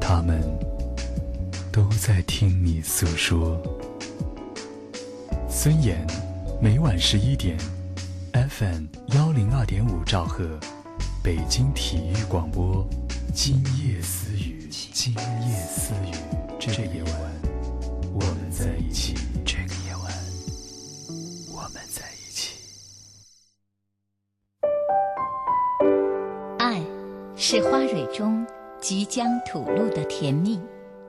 他们都在听你诉说。孙岩，每晚11点 FM 102.5兆赫，北京体育广播，今夜私语，今夜私语，这个夜晚我们在一起，这个夜晚我们在一起。 爱是花蕊中即将吐露的甜蜜，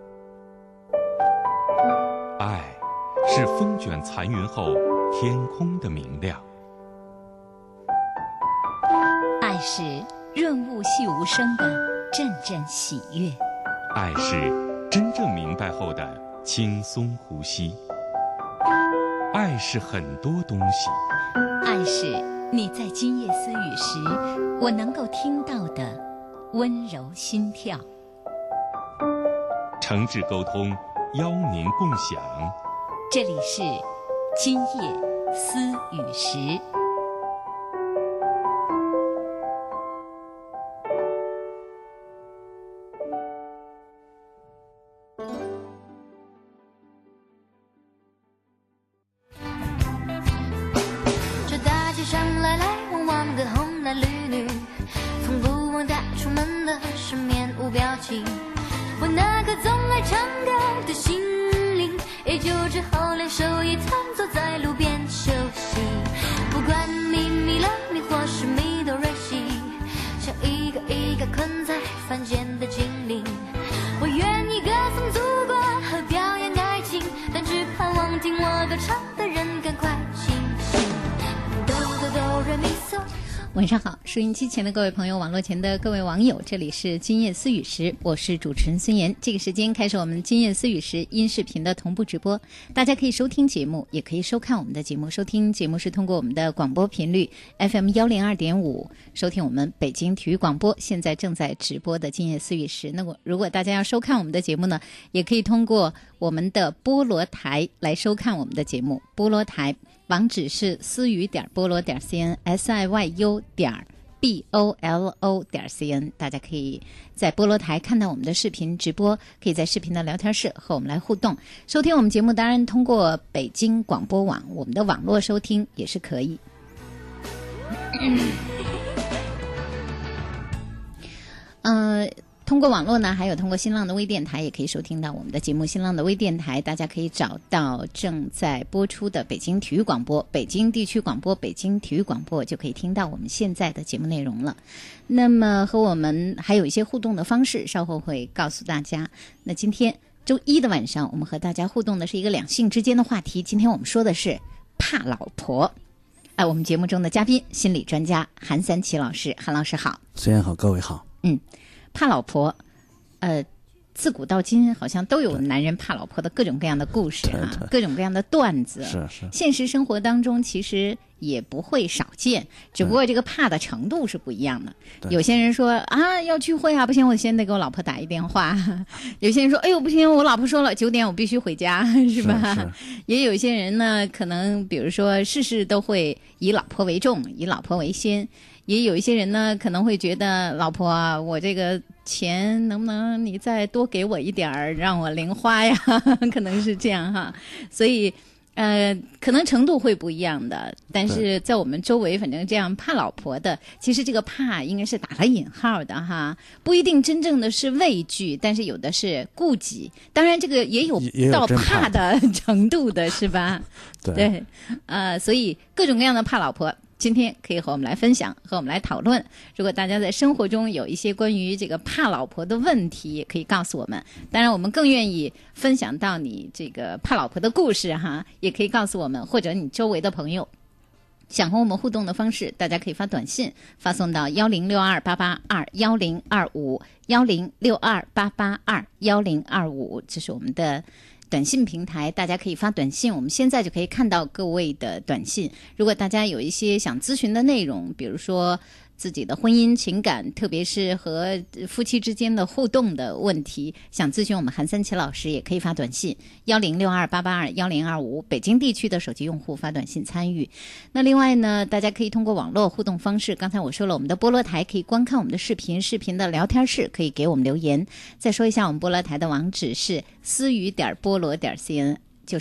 爱是风卷残云后天空的明亮， 爱是润物细无声的阵阵喜悦， 爱是真正明白后的轻松呼吸，爱是很多东西， 爱是你在今夜私语时我能够听到的温柔心跳。 诚挚沟通，邀您共享。 这里是今夜私语时。 这大街上来来往往的红男绿女，从不忘带出门的是面无表情。我那颗总爱唱歌的心灵，也就只好连手一摊坐在路边休息。不管你迷了迷或是迷得瑞西，像一个一个困在凡间的精灵，我愿意歌颂祖国和表演爱情，但只盼望听我歌唱的人赶快清醒。哆哆哆瑞咪嗦。 晚上好，收音机前的各位朋友，网络前的各位网友，这里是今夜私语时，我是主持人孙岩。这个时间开始我们今夜私语时音视频的同步直播，大家可以收听节目，也可以收看我们的节目。收听节目是通过我们的广播频率 FM 102.5，收听我们北京体育广播现在正在直播的今夜私语时。那么如果大家要收看我们的节目呢，也可以通过我们的菠萝台来收看我们的节目。菠萝台网址是私语菠萝.cn siyu.bolo.cn， 大家可以在菠萝台看到我们的视频直播，可以在视频的聊天室和我们来互动。收听我们节目当然通过北京广播网，我们的网络收听也是可以。通过网络呢，还有通过新浪的微电台也可以收听到我们的节目。新浪的微电台大家可以找到正在播出的北京体育广播、北京地区广播、北京体育广播，就可以听到我们现在的节目内容了。那么和我们还有一些互动的方式，稍后会告诉大家。那今天周一的晚上，我们和大家互动的是一个两性之间的话题。今天我们说的是怕老婆。我们节目中的嘉宾，心理专家韩三奇老师。韩老师好。 虽然好，各位好。 怕老婆，自古到今好像都有男人怕老婆的各种各样的故事啊，各种各样的段子。 是。 现实生活当中其实也不会少见，只不过这个怕的程度是不一样的。有些人说啊要聚会啊，不行，我先得给我老婆打一电话。有些人说，哎呦不行，我老婆说了9点我必须回家，是吧？ 是。 也有一些人呢，可能比如说事事都会以老婆为重，以老婆为先。也有一些人呢，可能会觉得老婆啊，我这个钱能不能你再多给我一点儿，让我零花呀？可能是这样哈。所以可能程度会不一样的，但是在我们周围，反正这样怕老婆的，其实这个怕应该是打了引号的哈，不一定真正的是畏惧，但是有的是顾忌。当然，这个也有到怕的程度的，是吧？对，所以各种各样的怕老婆。今天可以和我们来分享，和我们来讨论。如果大家在生活中有一些关于这个怕老婆的问题，也可以告诉我们。当然，我们更愿意分享到你这个怕老婆的故事哈，也可以告诉我们，或者你周围的朋友想和我们互动的方式，大家可以发短信发送到106288210628821025，这是我们的短信平台，大家可以发短信，我们现在就可以看到各位的短信。如果大家有一些想咨询的内容，比如说自己的婚姻情感，特别是和夫妻之间的互动的问题，想咨询我们韩三奇老师，也可以发短信1062882105，北京地区的手机用户发短信参与。那另外呢，大家可以通过网络互动方式，刚才我说了，我们的菠萝台可以观看我们的视频，视频的聊天室可以给我们留言。再说一下，我们菠萝台的网址是思雨菠萝.cn，就是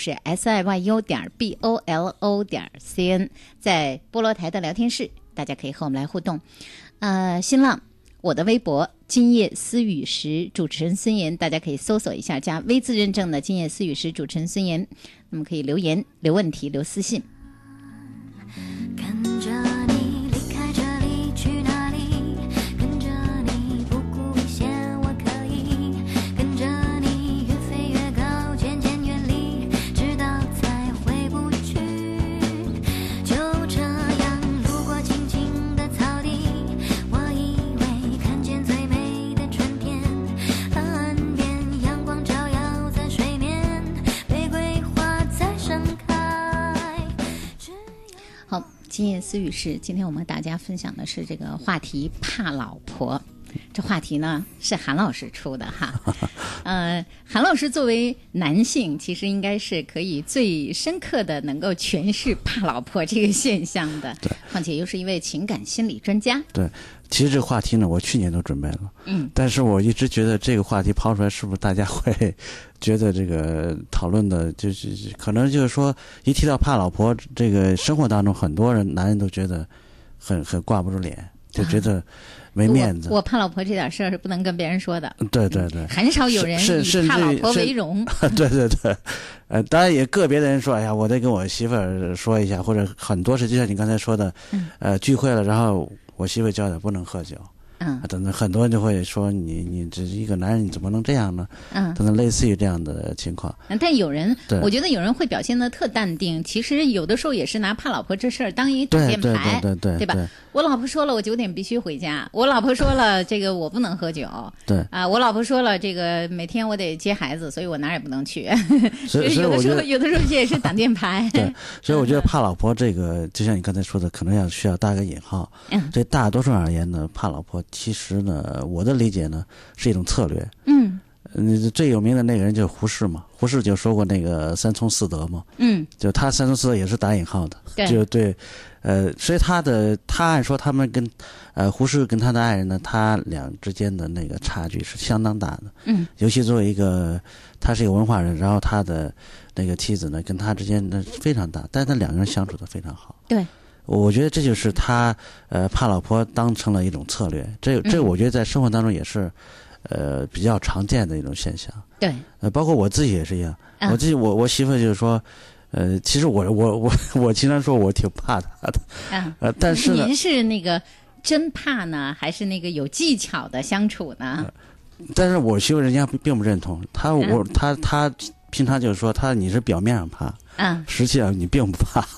siyu.bolo.cn， 在菠萝台的聊天室，大家可以和我们来互动。新浪我的微博今夜思雨时，主持人孙岩，大家可以搜索一下，加微字认证的今夜思雨时主持人孙岩，那么可以留言、留问题、留私信。 跟着你离开这里去哪里，跟着你不顾危险我可以，跟着你越飞越高，渐渐远离，直到再回不去。就这样路过青青的草地，我以为看见最美的春天，岸边阳光照耀在水面，玫瑰花在盛开。 好，今夜思雨时，今天我们和大家分享的是这个话题，怕老婆。这话题呢是韩老师出的哈，韩老师作为男性，其实应该是可以最深刻的能够诠释怕老婆这个现象的， 对， 况且又是一位情感心理专家。 对，其实这个话题呢，我去年都准备了，但是我一直觉得这个话题抛出来，是不是大家会觉得这个讨论的，就是可能就是说，一提到怕老婆，这个生活当中很多人男人都觉得很挂不住脸，就觉得没面子。 我怕老婆这点事儿是不能跟别人说的。 对对对， 很少有人以怕老婆为荣。 对对对，当然也个别的人说，哎呀，我得跟我媳妇儿说一下，或者很多是就像你刚才说的，聚会了，然后我媳妇交代不能喝酒。等等，很多人就会说你这一个男人你怎么能这样呢？等等，类似于这样的情况。 但有人，我觉得有人会表现得特淡定，其实有的时候也是拿怕老婆这事儿当一挡箭牌，对吧？我老婆说了，我9点必须回家。我老婆说了，这个我不能喝酒。 对啊，我老婆说了，这个每天我得接孩子，所以我哪儿也不能去。 所以有的时候这也是挡箭牌。 对，所以我觉得怕老婆这个，就像你刚才说的，可能需要搭个引号。对大多数而言呢，怕老婆其实呢，我的理解呢是一种策略。最有名的那个人就是胡适嘛，胡适就说过那个三从四德嘛。就他三从四德也是打引号的。就对，所以他按说他们跟胡适跟他的爱人呢，他俩之间的那个差距是相当大的。尤其作为一个他是一个文化人，然后他的那个妻子呢跟他之间呢非常大，但是他两个人相处的非常好。 对， 我觉得这就是他怕老婆当成了一种策略。这我觉得在生活当中也是比较常见的一种现象。 对， 包括我自己也是一样。我媳妇就是说，其实我经常说我挺怕她的。但是呢， 您是那个真怕呢，还是那个有技巧的相处呢？ 但是我媳妇人家并不认同，她平常就是说你是表面上怕，实际上你并不怕。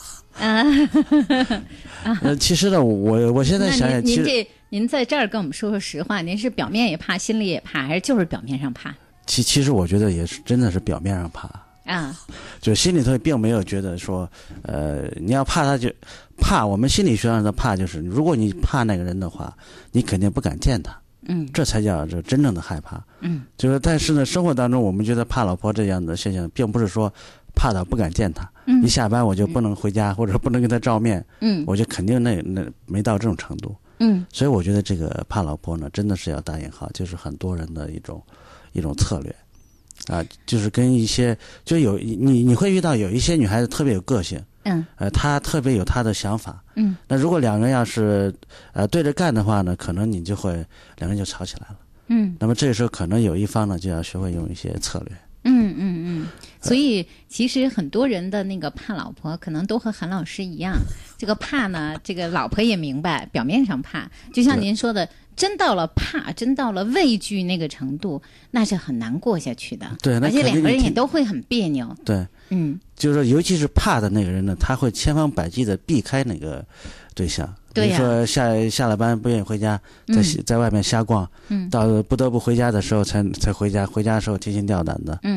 其实呢，我现在想想， 您在这儿跟我们说实话，您是表面也怕，心里也怕，还是就是表面上怕？ 其实我觉得也是，真的是表面上怕就心里头并没有觉得说，你要怕他就怕。我们心理学上的怕就是，如果你怕那个人的话，你肯定不敢见他。这才叫这真正的害怕。就是但是呢，生活当中我们觉得怕老婆这样的现象，并不是说怕到不敢见他。一下班我就不能回家，或者不能跟他照面。我就肯定那没到这种程度。所以我觉得这个怕老婆呢，真的是要打引号，就是很多人的一种策略。就是跟一些就有你会遇到有一些女孩子特别有个性。她特别有她的想法。那如果两个人要是对着干的话呢，可能你就会两个人就吵起来了。那么这个时候可能有一方呢就要学会用一些策略。 所以其实很多人的那个怕老婆，可能都和韩老师一样，这个怕呢，这个老婆也明白，表面上怕，就像您说的，真到了怕，真到了畏惧那个程度，那是很难过下去的。 对， 而且两个人也都会很别扭。 对，就是说，尤其是怕的那个人呢，他会千方百计的避开那个对象。比如说下了班不愿意回家，在外面瞎逛，到不得不回家的时候才回家，回家的时候提心吊胆的。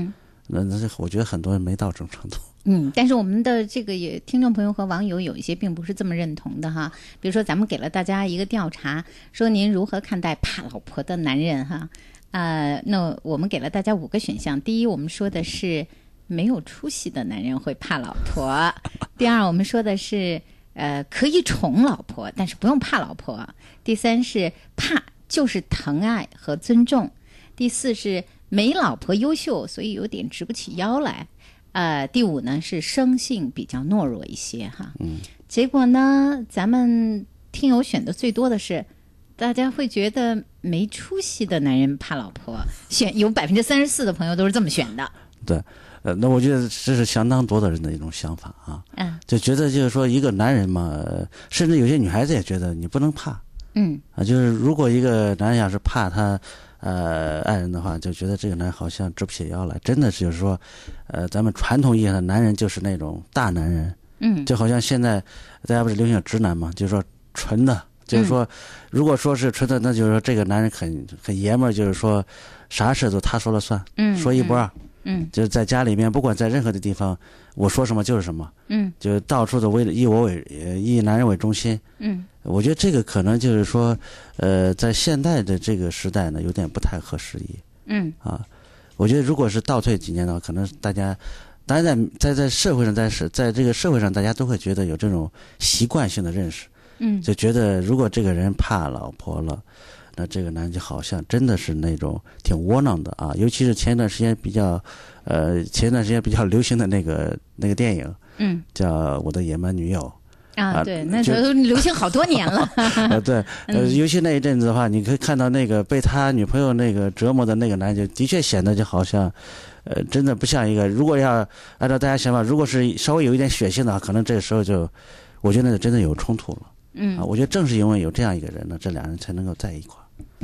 那我觉得很多人没到这种程度。 但是我们的这个也听众朋友和网友有一些并不是这么认同的哈。比如说咱们给了大家一个调查，说您如何看待怕老婆的男人哈？那我们给了大家5个选项。第一，我们说的是没有出息的男人会怕老婆。第二，我们说的是可以宠老婆，但是不用怕老婆。第三是怕就是疼爱和尊重。第四是没老婆优秀，所以有点直不起腰来。第5呢是生性比较懦弱一些哈。结果呢，咱们听友选的最多的是，大家会觉得没出息的男人怕老婆，有34%的朋友都是这么选的。 对，那我觉得这是相当多的人的一种想法啊。就觉得就是说一个男人嘛，甚至有些女孩子也觉得你不能怕。就是如果一个男人要是怕他爱人的话，就觉得这个男人好像直不起腰来。真的是就是说，咱们传统意义上的男人就是那种大男人。就好像现在大家不是流行直男嘛，就是说纯的，就是说，如果说是纯的，那就是说这个男人很爷们儿，就是说啥事都他说了算，说一不二。就是在家里面，不管在任何的地方，我说什么就是什么。就到处的以男人为中心。我觉得这个可能就是说，在现代的这个时代呢，有点不太合时宜。我觉得如果是倒退几年的话，可能大家当然在社会上，在这个社会上，大家都会觉得有这种习惯性的认识。就觉得如果这个人怕老婆了，那这个男人就好像真的是那种挺窝囊的啊。尤其是前一段时间比较流行的那个电影，叫《我的野蛮女友》。 对，那时候流行好多年了。 对，尤其那一阵子的话，你可以看到那个被他女朋友那个折磨的那个男人，就的确显得就好像，真的不像一个。如果要按照大家想法，如果是稍微有一点血性的话，可能这个时候就，我觉得真的有冲突了。我觉得正是因为有这样一个人呢，这两人才能够在一块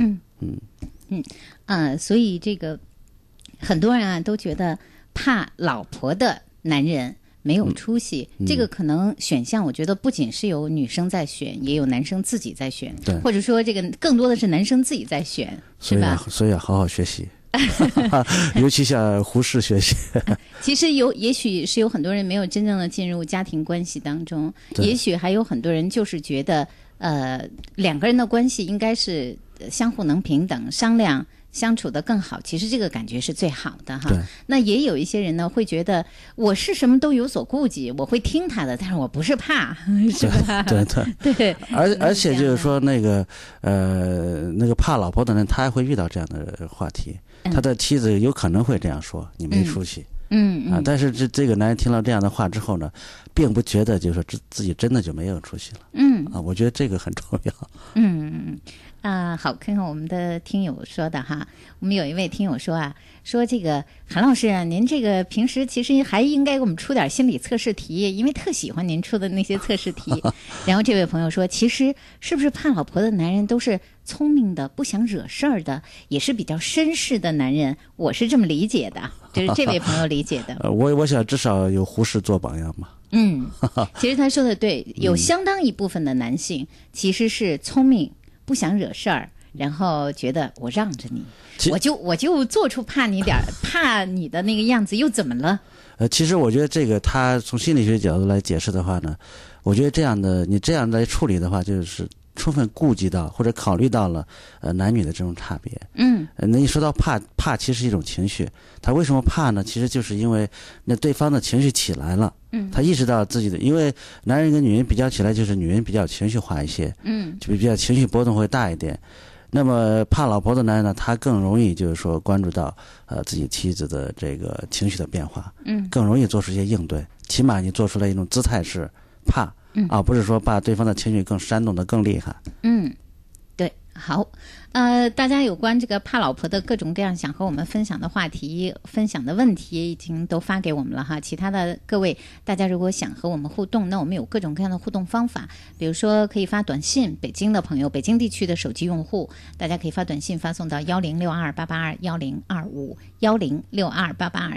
儿。 所以这个很多人都觉得怕老婆的男人没有出息。这个可能选项，我觉得不仅是有女生在选，也有男生自己在选，或者说这个更多的是男生自己在选，是吧？ 所以要好好学习。尤其向胡适学习。 其实也许是有很多人没有真正的进入家庭关系当中，也许还有很多人就是觉得两个人的关系应该是相互能平等商量相处得更好，其实这个感觉是最好的哈。那也有一些人呢会觉得我是什么都有所顾忌，我会听他的，但是我不是怕，是吧？对。而且就是说那个怕老婆的人，他还会遇到这样的话题，他的妻子有可能会这样说：“你没出息。”但是这个男人听到这样的话之后呢，并不觉得就是说自己真的就没有出息了。我觉得这个很重要。 好，看看我们的听友说的哈。我们有一位听友说说这个韩老师您这个平时其实还应该给我们出点心理测试题，因为特喜欢您出的那些测试题。然后这位朋友说，其实是不是怕老婆的男人都是聪明的，不想惹事儿的，也是比较绅士的男人？我是这么理解的，这是这位朋友理解的。 我想至少有胡适做榜样嘛。 其实他说的对，有相当一部分的男性其实是聪明，不想惹事儿，然后觉得我让着你，我就做出怕你的那个样子，又怎么了？ 其实我觉得这个他从心理学角度来解释的话呢，我觉得你这样来处理的话，就是充分顾及到或者考虑到了男女的这种差别。那一说到怕其实是一种情绪，他为什么怕呢？其实就是因为那对方的情绪起来了。他意识到自己的，因为男人跟女人比较起来，就是女人比较情绪化一些，就比较情绪波动会大一点。那么怕老婆的男人呢，他更容易就是说关注到自己妻子的这个情绪的变化，更容易做出一些应对。起码你做出来一种姿态是怕，不是说把对方的情绪更煽动的更厉害。 对，好。大家有关这个怕老婆的各种各样想和我们分享的话题、分享的问题已经都发给我们了哈。其他的各位，大家如果想和我们互动，那我们有各种各样的互动方法，比如说可以发短信，北京的朋友，北京地区的手机用户，大家可以发短信发送到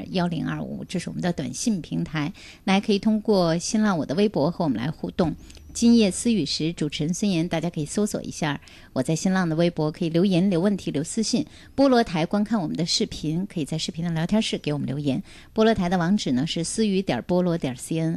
10628821025，10628821025，这是我们的短信平台。那还可以通过新浪我的微博和我们来互动。 今夜思雨时，主持人孙岩，大家可以搜索一下。我在新浪的微博可以留言、留问题、留私信。菠萝台观看我们的视频，可以在视频的聊天室给我们留言。菠萝台的网址呢是思雨菠萝.cn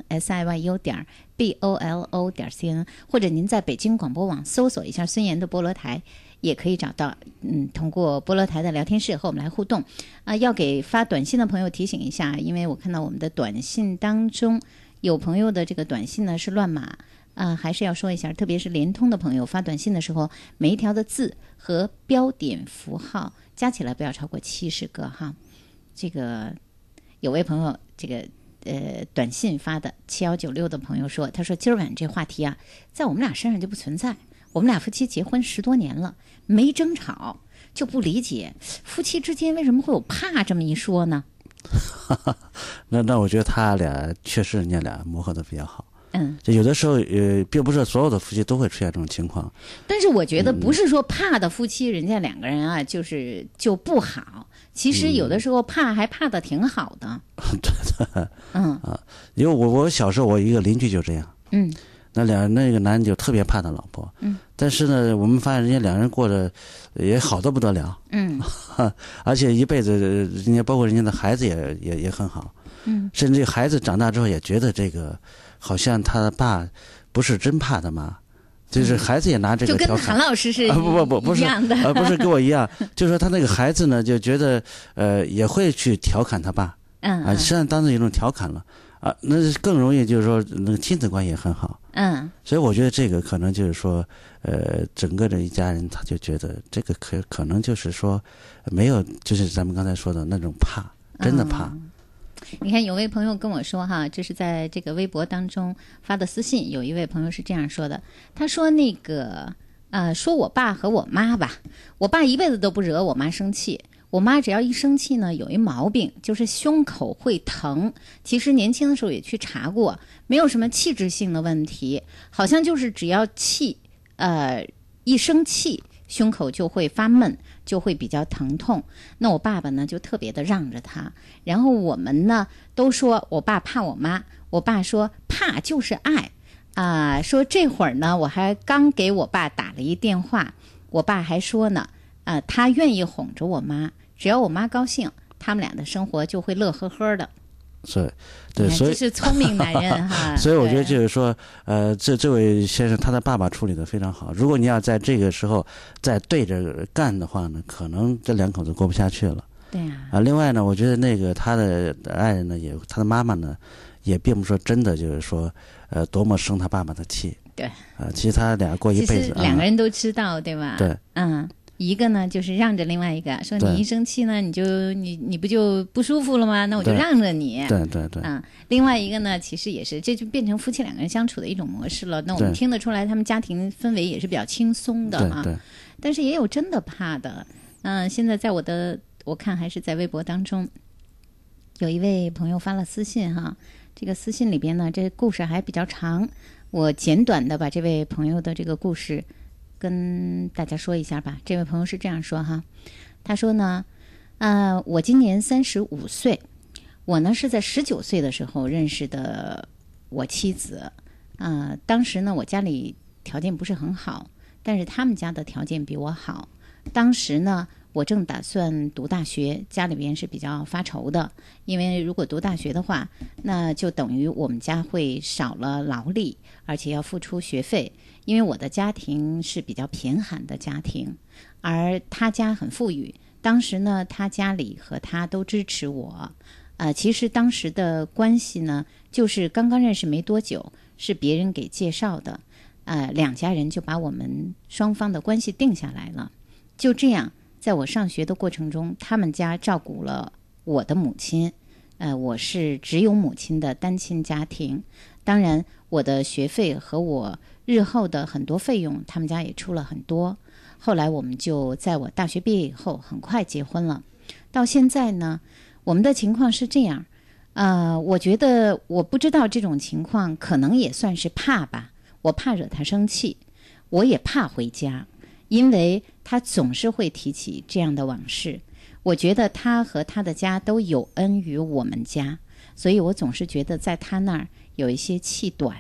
siyu.bolo.cn， 或者您在北京广播网搜索一下孙岩的菠萝台，也可以找到。通过菠萝台的聊天室和我们来互动。要给发短信的朋友提醒一下，因为我看到我们的短信当中有朋友的这个短信呢是乱码。还是要说一下，特别是联通的朋友发短信的时候，每一条的字和标点符号加起来不要超过70个哈。这个有位朋友这个短信发的7196的朋友说，他说今儿晚这话题啊，在我们俩身上就不存在。我们俩夫妻结婚10多年了，没争吵，就不理解夫妻之间为什么会有怕这么一说呢？ 那我觉得他俩确实人家俩磨合的比较好。就有的时候并不是所有的夫妻都会出现这种情况。但是我觉得不是说怕的夫妻人家两个人啊就不好，其实有的时候怕还怕的挺好的。 对的。因为我小时候我一个邻居就这样。那个男人就特别怕他老婆。但是呢，我们发现人家两人过得也好得不得了。而且一辈子人家包括人家的孩子也很好。甚至孩子长大之后也觉得这个好像他的爸不是真怕他妈，就是孩子也拿这个调侃。 就跟韩老师是不是一样的。不是跟我一样，就是说他那个孩子呢就觉得也会去调侃他爸。实际上当成一种调侃了。那更容易就是说那个亲子关系也很好。所以我觉得这个可能就是说整个的一家人他就觉得这个可能就是说没有就是咱们刚才说的那种怕，真的怕。 你看有位朋友跟我说哈，这是在这个微博当中发的私信，有一位朋友是这样说的，他说那个说我爸和我妈吧，我爸一辈子都不惹我妈生气，我妈只要一生气呢，有一毛病就是胸口会疼，其实年轻的时候也去查过，没有什么器质性的问题，好像就是只要气一生气胸口就会发闷，就会比较疼痛。那我爸爸呢就特别的让着他，然后我们呢都说我爸怕我妈，我爸说怕就是爱说这会儿呢我还刚给我爸打了一电话，我爸还说呢他愿意哄着我妈，只要我妈高兴，他们俩的生活就会乐呵呵的。 对，所以这是聪明男人哈。 所以我觉得就是说，这位先生他的爸爸处理的非常好。如果你要在这个时候再对着干的话呢，可能这两口子过不下去了。 对啊。 另外呢，我觉得那个他的爱人呢，他的妈妈呢，也并不是说真的就是说，多么生他爸爸的气。 对。 其实他俩过一辈子， 其实两个人都知道，对吧？ 对。 一个呢就是让着另外一个，说你一生气呢，你不就不舒服了吗？那我就让着你。 对。 另外一个呢，其实也是，这就变成夫妻两个人相处的一种模式了。那我们听得出来，他们家庭氛围也是比较轻松的哈。 对。 但是也有真的怕的。现在在我看还是在微博当中，有一位朋友发了私信哈。这个私信里边呢，这故事还比较长，我简短的把这位朋友的这个故事跟大家说一下吧。这位朋友是这样说哈，他说呢，我今年35岁，我呢是在19岁的时候认识的我妻子，当时呢我家里条件不是很好，但是他们家的条件比我好。当时呢我正打算读大学，家里边是比较发愁的，因为如果读大学的话，那就等于我们家会少了劳力，而且要付出学费。因为我的家庭是比较贫寒的家庭，而他家很富裕。当时呢，他家里和他都支持我。其实当时的关系呢，就是刚刚认识没多久，是别人给介绍的。两家人就把我们双方的关系定下来了。就这样，在我上学的过程中，他们家照顾了我的母亲。我是只有母亲的单亲家庭。当然，我的学费和我日后的很多费用，他们家也出了很多。后来我们就在我大学毕业以后很快结婚了。到现在呢，我们的情况是这样。我觉得我不知道这种情况可能也算是怕吧。我怕惹他生气，我也怕回家，因为他总是会提起这样的往事。我觉得他和他的家都有恩于我们家，所以我总是觉得在他那儿有一些气短，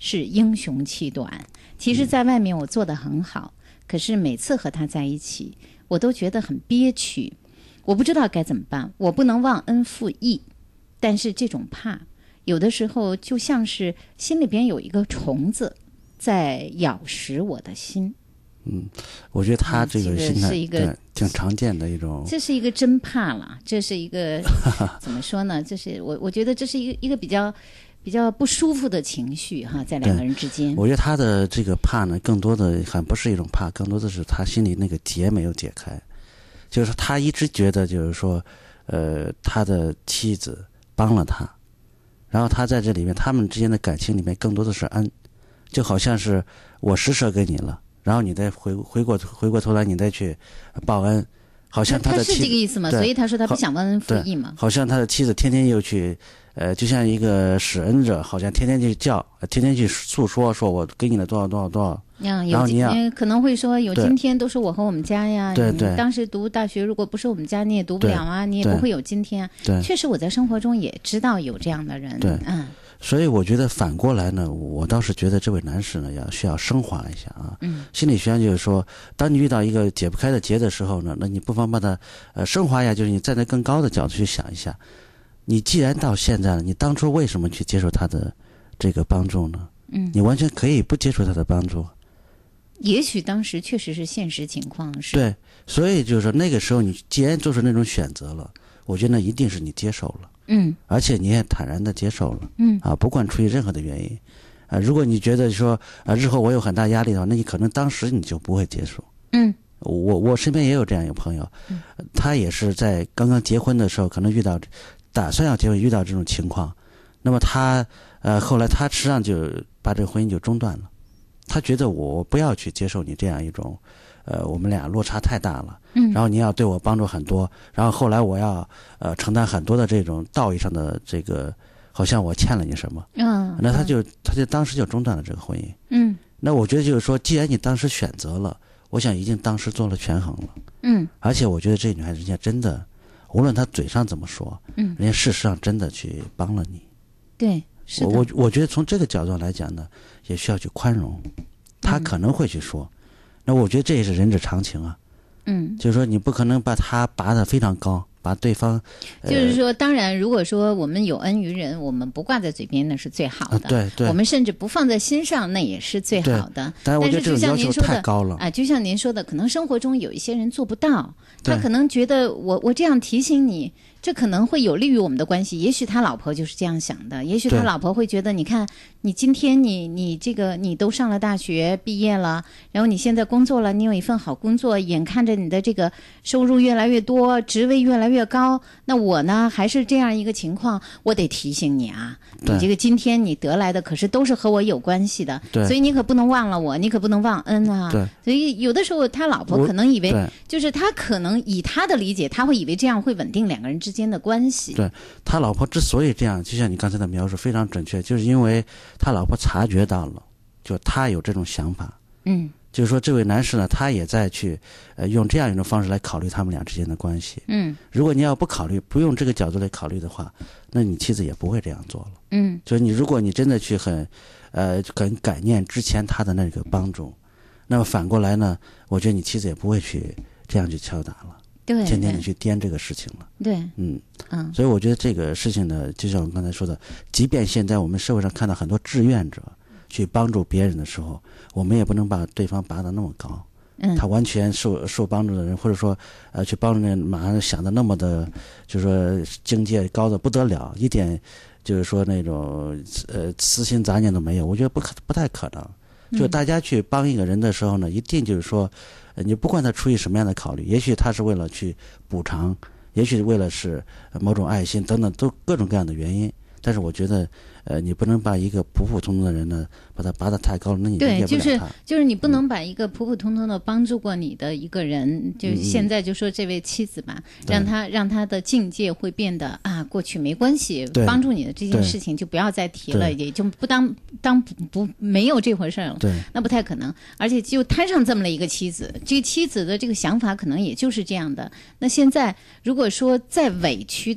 是英雄气短。其实在外面我做得很好，可是每次和他在一起我都觉得很憋屈，我不知道该怎么办。我不能忘恩负义，但是这种怕有的时候就像是心里边有一个虫子在咬食我的心。 我觉得他这个心态是一个挺常见的一种， 这是一个真怕了，这是一个怎么说呢？这是我觉得这是一个比较不舒服的情绪哈，在两个人之间。 我觉得他的这个怕呢，更多的还不是一种怕，更多的是他心里那个结没有解开，就是他一直觉得就是说，他的妻子帮了他，然后他在这里面，他们之间的感情里面更多的是恩，就好像是我施舍给你了。然后你再回过头来，你再去报恩，好像他的妻子， 他是这个意思吗？所以他说他不想忘恩负义嘛。 好像他的妻子天天又去，就像一个使恩者，好像天天去叫，天天去诉说我给你了多少多少多少。然后你可能会说有今天都是我和我们家呀。 对。 当时读大学如果不是我们家，你也读不了啊，你也不会有今天。 对。 确实我在生活中也知道有这样的人。 对。所以我觉得反过来呢，我倒是觉得这位男士呢需要升华一下啊。心理学上就是说，当你遇到一个解不开的结的时候呢，那你不妨把它升华一下，就是你站在更高的角度去想一下，你既然到现在了，你当初为什么去接受他的这个帮助呢？你完全可以不接受他的帮助。 也许当时确实是现实情况是。 对，所以就是说那个时候你既然做出那种选择了，我觉得那一定是你接受了。而且你也坦然的接受了。不管出于任何的原因，如果你觉得说日后我有很大压力的话，那你可能当时你就不会接受。我身边也有这样一个朋友，他也是在刚刚结婚的时候，可能打算要结婚遇到这种情况，那么他后来他实际上就把这个婚姻就中断了。他觉得我不要去接受你这样一种我们俩落差太大了，然后你要对我帮助很多，然后后来我要承担很多的这种道义上的这个，好像我欠了你什么。那他就当时就中断了这个婚姻。那我觉得就是说，既然你当时选择了，我想已经当时做了权衡了。而且我觉得这女孩子人家真的，无论她嘴上怎么说，人家事实上真的去帮了你。 对，是的。 我觉得从这个角度来讲呢，也需要去宽容。他可能会去说。那我觉得这也是人之常情啊。就是说你不可能把他拔得非常高，把对方就是说，当然如果说我们有恩于人，我们不挂在嘴边那是最好的。对，我们甚至不放在心上那也是最好的。 但是我觉得这种要求太高了啊，就像您说的，可能生活中有一些人做不到，他可能觉得我这样提醒你，这可能会有利于我们的关系。也许他老婆就是这样想的，也许他老婆会觉得，你看你今天你这个你都上了大学毕业了，然后你现在工作了，你有一份好工作，眼看着你的这个收入越来越多，职位越来越高，那我呢还是这样一个情况，我得提醒你啊，你这个今天你得来的可是都是和我有关系的，所以你可不能忘了我，你可不能忘恩啊。所以有的时候他老婆可能以为，就是他可能以他的理解，他会以为这样会稳定两个人之间的关系。 对，他老婆之所以这样，就像你刚才的描述非常准确，就是因为他老婆察觉到了，就他有这种想法。就是说这位男士呢，他也在去用这样一种方式来考虑他们俩之间的关系。如果你要不考虑，不用这个角度来考虑的话，那你妻子也不会这样做了。就是如果你真的去很感念之前他的那个帮助，那么反过来呢，我觉得你妻子也不会去这样去敲打了，天天的去颠这个事情了。所以我觉得这个事情呢，就像我刚才说的，即便现在我们社会上看到很多志愿者去帮助别人的时候，我们也不能把对方拔得那么高。他完全受帮助的人，或者说去帮助人，马上想的那么的，就是说境界高的不得了，一点就是说那种私心杂念都没有，我觉得不太可能。就大家去帮一个人的时候呢，一定就是说，你不管他出于什么样的考虑，也许他是为了去补偿，也许为了是某种爱心等等，都各种各样的原因。但是我觉得，你不能把一个普普通通的人呢，把他拔得太高了，那你理解不了他。 就是你不能把一个普普通通的帮助过你的一个人，就现在就说这位妻子吧，让他的境界会变得过去没关系，帮助你的这件事情就不要再提了，也就不当不没有这回事了。那不太可能。而且就摊上这么了一个妻子，这个妻子的这个想法可能也就是这样的。那现在如果说再委屈的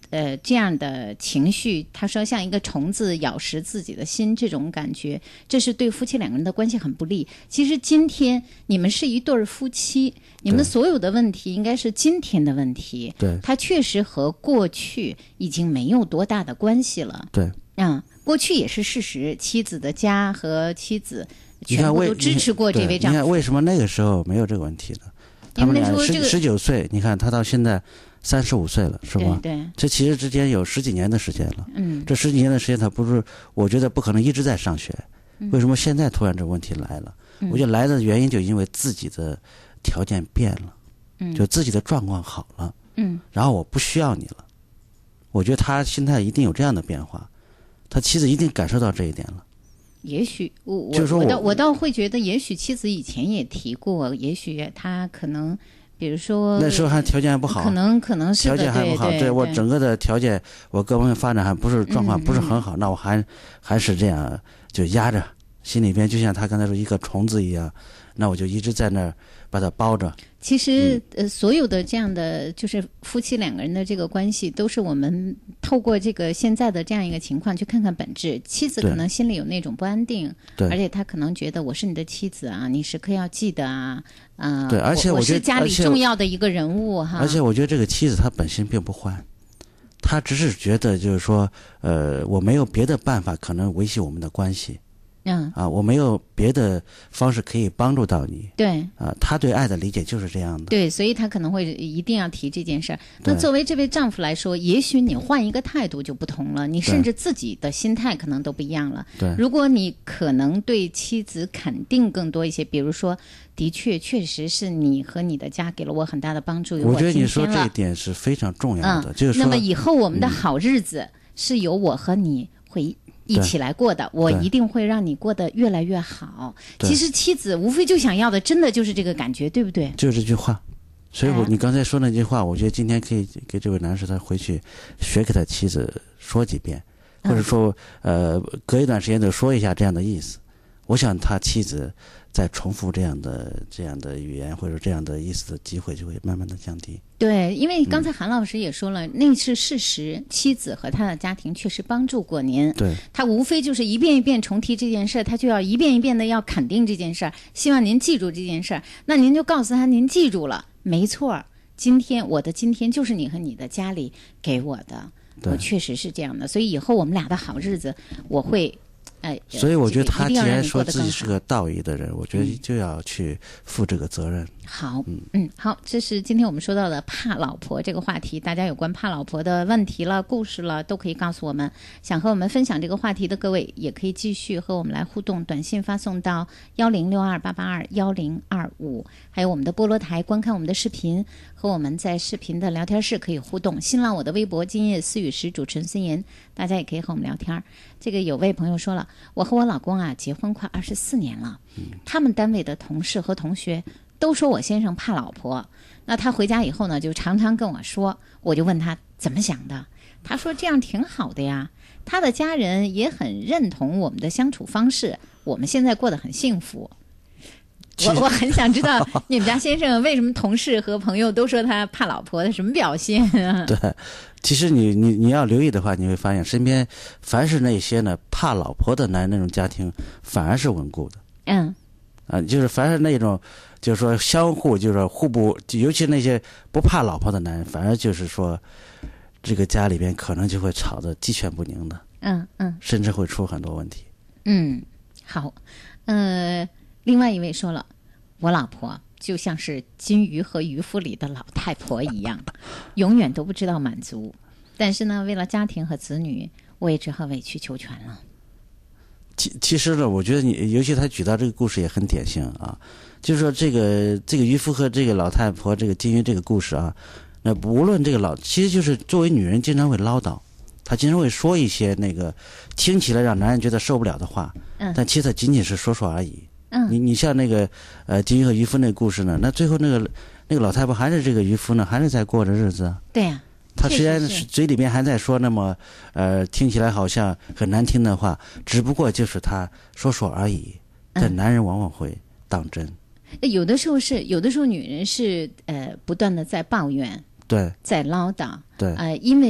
这样的情绪，他说像一个虫子咬食自己的心，这种感觉，这是对夫妻两个人的关系很不利。其实今天你们是一对夫妻，你们所有的问题应该是今天的问题。 对， 它确实和过去已经没有多大的关系了。 对， 过去也是事实，妻子的家和妻子全部都支持过这位丈夫。 你看为什么那个时候没有这个问题呢？他们俩19岁，你看他到现在35岁了，是吧？ 对， 这其实之间有10几年的时间了。这10几年的时间，他不是，我觉得不可能一直在上学。为什么现在突然这个问题来了？我觉得来的原因就因为自己的条件变了，就自己的状况好了。然后我不需要你了。我觉得他心态一定有这样的变化，他妻子一定感受到这一点了。 也许我倒会觉得，也许妻子以前也提过，也许他可能，比如说那时候还条件还不好， 可能是条件还不好，对我整个的条件，我各方面发展还不是状况不是很好，那我还是这样就压着，心里边就像他刚才说一个虫子一样，那我就一直在那儿把它包着。 其实所有的这样的就是夫妻两个人的这个关系，都是我们透过这个现在的这样一个情况去看看本质。妻子可能心里有那种不安定，而且他可能觉得我是你的妻子啊，你时刻要记得啊， 对，而且我是家里重要的一个人物哈。 而且我觉得这个妻子她本身并不坏，她只是觉得就是说，我没有别的办法可能维系我们的关系。我没有别的方式可以帮助到你。 对， 他对爱的理解就是这样的。 对，所以他可能会一定要提这件事儿。那作为这位丈夫来说，也许你换一个态度就不同了，你甚至自己的心态可能都不一样了。 对， 如果你可能对妻子肯定更多一些，比如说，的确确实是你和你的家给了我很大的帮助。 我觉得你说这一点是非常重要的，就是说， 那么以后我们的好日子是由我和你会一起来过的，我一定会让你过得越来越好。其实妻子无非就想要的真的就是这个感觉，对不对？ 就是这句话。所以你刚才说那句话，我觉得今天可以给这位男士他回去学给他妻子说几遍，或者说隔一段时间就说一下这样的意思。我想他妻子再重复这样的语言或者这样的意思的机会就会慢慢的降低。 对，因为刚才韩老师也说了，那是事实，妻子和他的家庭确实帮助过您。 对， 他无非就是一遍一遍重提这件事，他就要一遍一遍的要肯定这件事，希望您记住这件事。那您就告诉他，您记住了，没错，我的今天就是你和你的家里给我的，我确实是这样的。所以以后我们俩的好日子，我会。 所以我觉得他既然说自己是个道义的人，我觉得就要去负这个责任。 好，好，这是今天我们说到的怕老婆这个话题。大家有关怕老婆的问题了、故事了，都可以告诉我们。想和我们分享这个话题的各位，也可以继续和我们来互动，短信发送到1062882105，还有我们的菠萝台观看我们的视频，和我们在视频的聊天室可以互动。新浪我的微博今夜思语时主持人孙岩，大家也可以和我们聊天。这个有位朋友说了，我和我老公啊结婚快24年了，他们单位的同事和同学都说我先生怕老婆。那他回家以后呢，就常常跟我说，我就问他怎么想的，他说这样挺好的呀，他的家人也很认同我们的相处方式，我们现在过得很幸福。我很想知道你们家先生为什么同事和朋友都说他怕老婆的什么表现啊？ 对，其实你要留意的话，你会发现身边凡是那些呢怕老婆的那种家庭，反而是稳固的。就是凡是那种就是说相互就是说互补，尤其那些不怕老婆的男人，反而就是说这个家里边可能就会吵得鸡犬不宁的。甚至会出很多问题。 好，另外一位说了，我老婆就像是金鱼和渔夫里的老太婆一样，永远都不知道满足。但是呢，为了家庭和子女，我也只好委曲求全了。 其实呢，我觉得你，尤其他举到这个故事也很典型啊，就是说这个渔夫和这个老太婆这个金鱼这个故事啊，那无论这个其实就是作为女人经常会唠叨，她经常会说一些那个听起来让男人觉得受不了的话，但其实她仅仅是说说而已。你像那个金鱼和渔夫那个故事呢，那最后那个老太婆还是这个渔夫呢，还是在过着日子。 对呀。 他虽然嘴里边还在说那么听起来好像很难听的话，只不过就是他说说而已，但男人往往会当真。 有的时候女人是不断的在抱怨， 对， 在唠叨， 对， 因为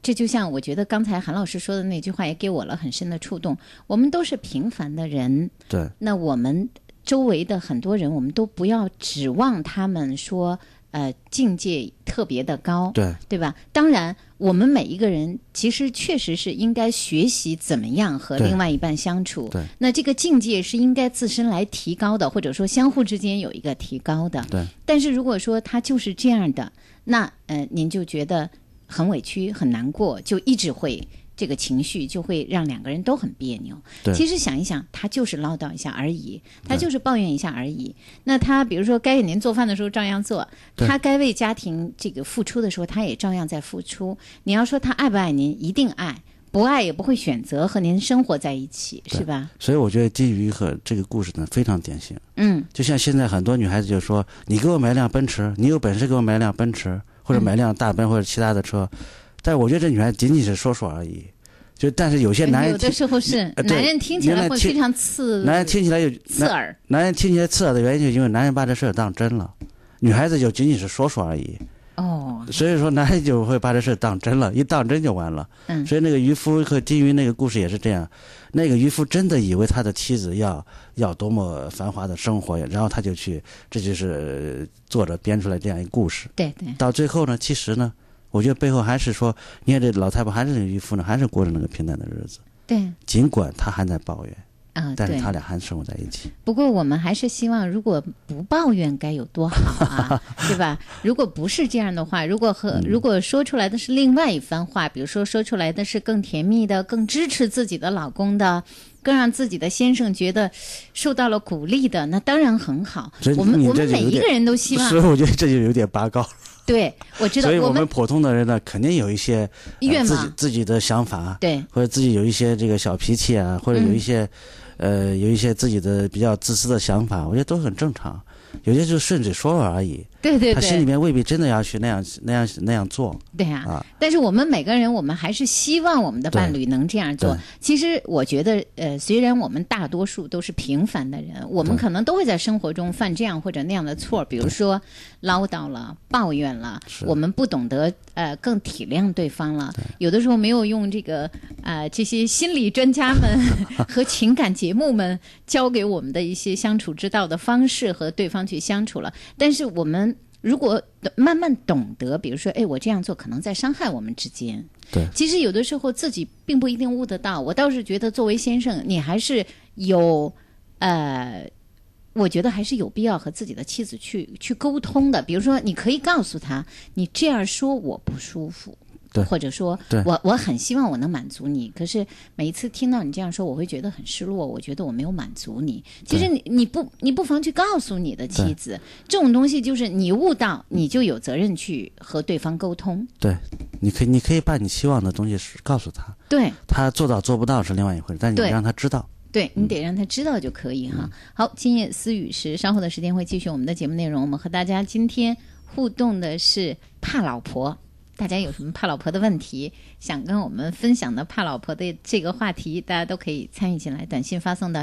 这就像我觉得刚才韩老师说的那句话也给我了很深的触动。我们都是平凡的人， 对， 那我们周围的很多人，我们都不要指望他们说境界特别的高，对吧？当然我们每一个人其实确实是应该学习怎么样和另外一半相处， 对， 那这个境界是应该自身来提高的，或者说相互之间有一个提高的， 对。但是如果说他就是这样的，那您就觉得很委屈很难过，就一直会这个情绪就会让两个人都很别扭。其实想一想，他就是唠叨一下而已，他就是抱怨一下而已。那他比如说该给您做饭的时候照样做，他该为家庭这个付出的时候，他也照样在付出。你要说他爱不爱您，一定爱，不爱也不会选择和您生活在一起，是吧？ 所以我觉得金鱼和这个故事呢非常典型。就像现在很多女孩子就说，你给我买辆奔驰，你有本事给我买辆奔驰，或者买辆大奔或者其他的车。但是我觉得这女孩仅仅是说说而已，但是有些男人有的时候是男人听起来会非常刺， 男人听起来有刺耳。 男人听起来刺耳的原因，就因为男人把这事当真了，女孩子就仅仅是说说而已。所以说男人就会把这事当真了，一当真就完了。所以那个渔夫和金鱼那个故事也是这样，那个渔夫真的以为他的妻子要多么繁华的生活，然后他就去，这就是作者编出来这样一个故事。 对， 到最后呢，其实呢。我觉得背后还是说，你看这老太婆还是那个渔夫呢，还是过着那个平淡的日子。 对， 尽管他还在抱怨但是他俩还生活在一起。 不过我们还是希望，如果不抱怨该有多好啊，对吧？如果不是这样的话，如果说出来的是另外一番话，比如说出来的是更甜蜜的、更支持自己的老公的，更让自己的先生觉得受到了鼓励的，那当然很好。我们每一个人都希望。 所以我觉得这就有点拔高了。 对，我知道。 所以我们普通的人呢，肯定有一些自己的想法， 对， 或者自己有一些这个小脾气啊，或者有一些有一些自己的比较自私的想法，我觉得都很正常。有些就顺嘴说说而已， 对， 他心里面未必真的要去那样做。 对啊，但是我们每个人，我们还是希望我们的伴侣能这样做。其实我觉得，虽然我们大多数都是平凡的人，我们可能都会在生活中犯这样或者那样的错，比如说唠叨了、抱怨了，我们不懂得更体谅对方了，有的时候没有用这些心理专家们和情感节目们教给我们的一些相处之道的方式和对方去相处了。但是我们如果慢慢懂得，比如说我这样做可能在伤害我们之间， 对， 其实有的时候自己并不一定悟得到。我倒是觉得作为先生，你还是有我觉得还是有必要和自己的妻子去沟通的。比如说你可以告诉他，你这样说我不舒服，或者说我很希望我能满足你，可是每一次听到你这样说，我会觉得很失落，我觉得我没有满足你。其实你不妨去告诉你的妻子，这种东西就是你悟到，你就有责任去和对方沟通。 对，你可以把你希望的东西告诉他， 对， 他做到做不到是另外一回事，但你让他知道。 对，你得让他知道就可以哈。好，今夜私语时，稍后的时间会继续我们的节目内容。我们和大家今天互动的是怕老婆，大家有什么怕老婆的问题，想跟我们分享的怕老婆的这个话题，大家都可以参与进来，短信发送到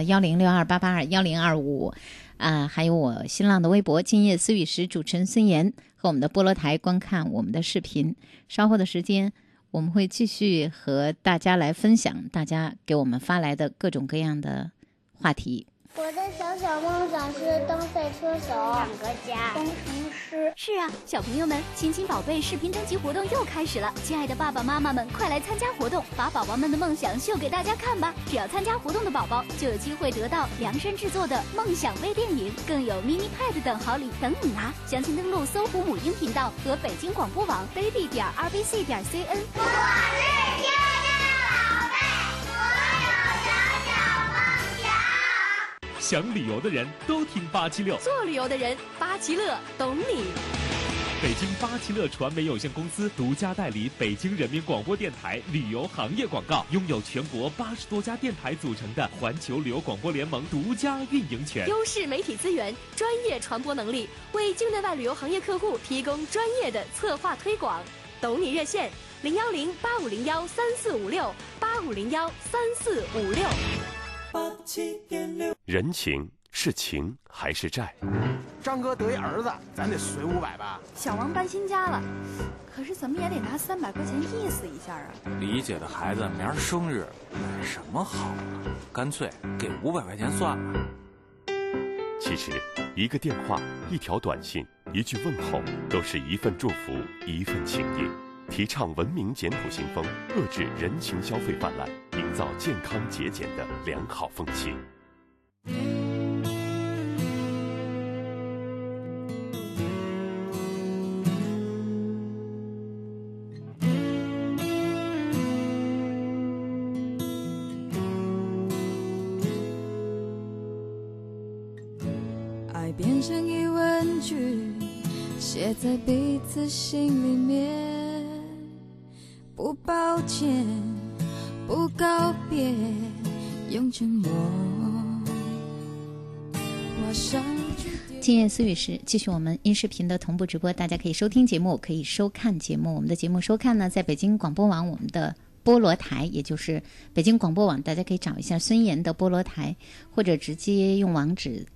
106288211025还有我新浪的微博今夜私语时，主持人孙岩，和我们的菠萝台观看我们的视频。稍后的时间我们会继续和大家来分享大家给我们发来的各种各样的话题。 我的小梦想是当赛车手、养个家、工程师。 是啊，小朋友们，亲亲宝贝视频征集活动又开始了，亲爱的爸爸妈妈们，快来参加活动，把宝宝们的梦想秀给大家看吧！只要参加活动的宝宝，就有机会得到量身制作的梦想微电影，更有 mini pad 等好礼等你拿。详情登录搜狐母婴频道和北京广播网 baby.rbc.cn。 我是天天宝贝，我有小梦想。 想旅游的人都听876， 做旅游的人876懂你。 北京876传媒有限公司独家代理北京人民广播电台旅游行业广告，拥有全国80多家电台组成的环球旅游广播联盟独家运营权， 优势媒体资源，专业传播能力，为境内外旅游行业客户提供专业的策划推广。懂你热线01085013456，85013456。 人情是情还是债？ 张哥得一儿子，咱得随500吧。 小王搬新家了，可是怎么也得拿300块钱意思一下啊。 李姐的孩子明儿生日，买什么好啊？干脆给500块钱算了。 其实，一个电话、一条短信、一句问候，都是一份祝福，一份情谊。提倡文明简朴行风，遏制人情消费泛滥，营造健康节俭的良好风气。 爱变成疑问句，写在彼此心里面，不抱歉，不告别，用沉默画上。 今夜思语时继续我们音视频的同步直播，大家可以收听节目，可以收看节目。我们的节目收看呢，在北京广播网我们的菠萝台，也就是北京广播网，大家可以找一下孙岩的菠萝台，或者直接用网址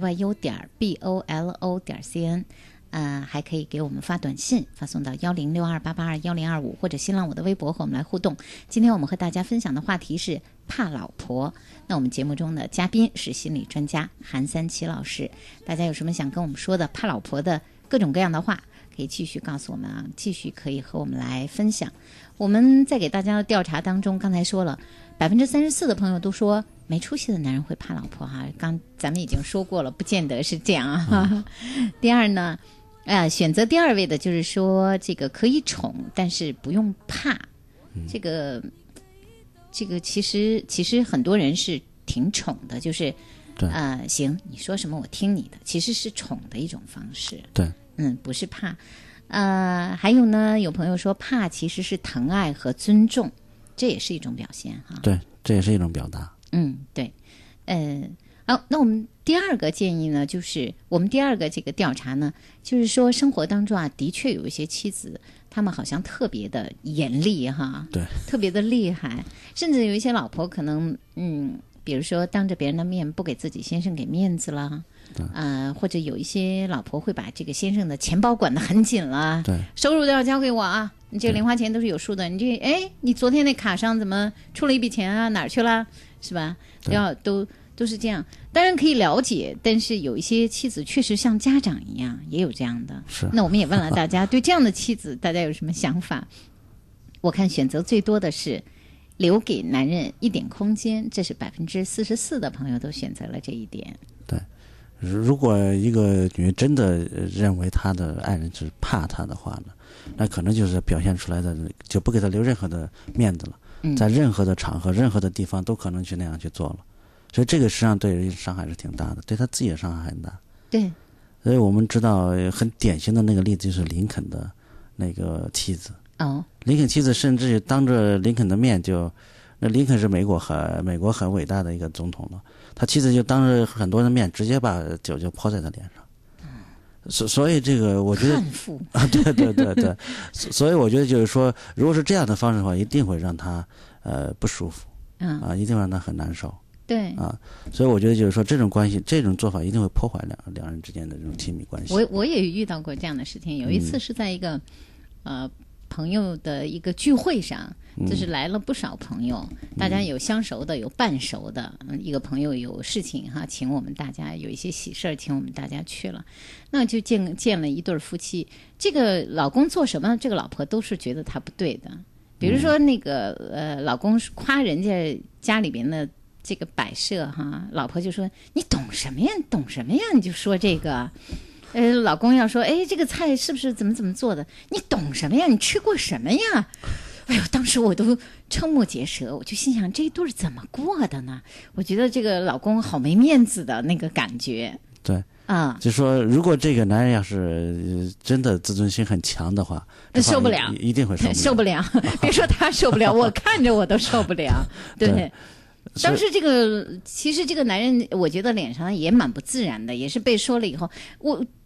siyu.bolo.cn， 还可以给我们发短信，发送到106288210025，或者新浪我的微博和我们来互动。今天我们和大家分享的话题是怕老婆。那我们节目中的嘉宾是心理专家韩三奇老师，大家有什么想跟我们说的怕老婆的各种各样的话，可以继续告诉我们啊，继续可以和我们来分享。我们在给大家的调查当中，刚才说了，34%的朋友都说没出息的男人会怕老婆哈。刚咱们已经说过了，不见得是这样啊。第二呢，选择第2位的就是说这个可以宠，但是不用怕。这个其实很多人是挺宠的，就是行，你说什么我听你的，其实是宠的一种方式。 对， 不是怕。还有呢，有朋友说怕其实是疼爱和尊重，这也是一种表现哈。 对，这也是一种表达。 对。那我们第2个建议呢，就是我们第2个这个调查呢，就是说生活当中啊，的确有一些妻子，他们好像特别的严厉哈， 对， 特别的厉害，甚至有一些老婆可能比如说当着别人的面不给自己先生给面子了。或者有一些老婆会把这个先生的钱包管得很紧了， 对， 收入都要交给我啊，你这个零花钱都是有数的，你昨天那卡上怎么出了一笔钱啊，哪儿去了，是吧？都是这样。当然可以了解，但是有一些妻子确实像家长一样，也有这样的。 是。那我们也问了大家，对这样的妻子大家有什么想法？我看选择最多的是留给男人一点空间，这是44%的朋友都选择了这一点。 对。如果一个女人真的认为她的爱人是怕她的话呢，那可能就是表现出来的就不给她留任何的面子了，在任何的场合、任何的地方都可能去那样去做了，所以这个实际上对人伤害是挺大的，对她自己的伤害很大。 对， 所以我们知道很典型的那个例子就是林肯的那个妻子。林肯妻子甚至当着林肯的面那林肯是美国很伟大的一个总统了，他妻子就当着很多人面直接把酒就泼在他脸上。所以这个我觉得对，所以我觉得就是说，如果是这样的方式的话，一定会让他不舒服，一定会让他很难受。 对所以我觉得就是说，这种关系、这种做法一定会破坏两人之间的这种亲密关系。 我也遇到过这样的事情，有一次是在一个朋友的一个聚会上，就是来了不少朋友，大家有相熟的，有半熟的。一个朋友有事情哈，请我们大家有一些喜事儿，请我们大家去了。那就见了一对夫妻，这个老公做什么，这个老婆都是觉得他不对的。比如说那个老公夸人家家里边的这个摆设哈，老婆就说你懂什么呀？你就说这个。老公要说，这个菜是不是怎么做的？你懂什么呀？你吃过什么呀？哎呦，当时我都瞠目结舌，我就心想这一对怎么过的呢？我觉得这个老公好没面子的那个感觉。 对就说如果这个男人要是真的自尊心很强的话， 受不了， 一定会受不了。 别说他受不了，我看着我都受不了。对。当时其实这个男人，我觉得脸上也蛮不自然的，也是被说了以后，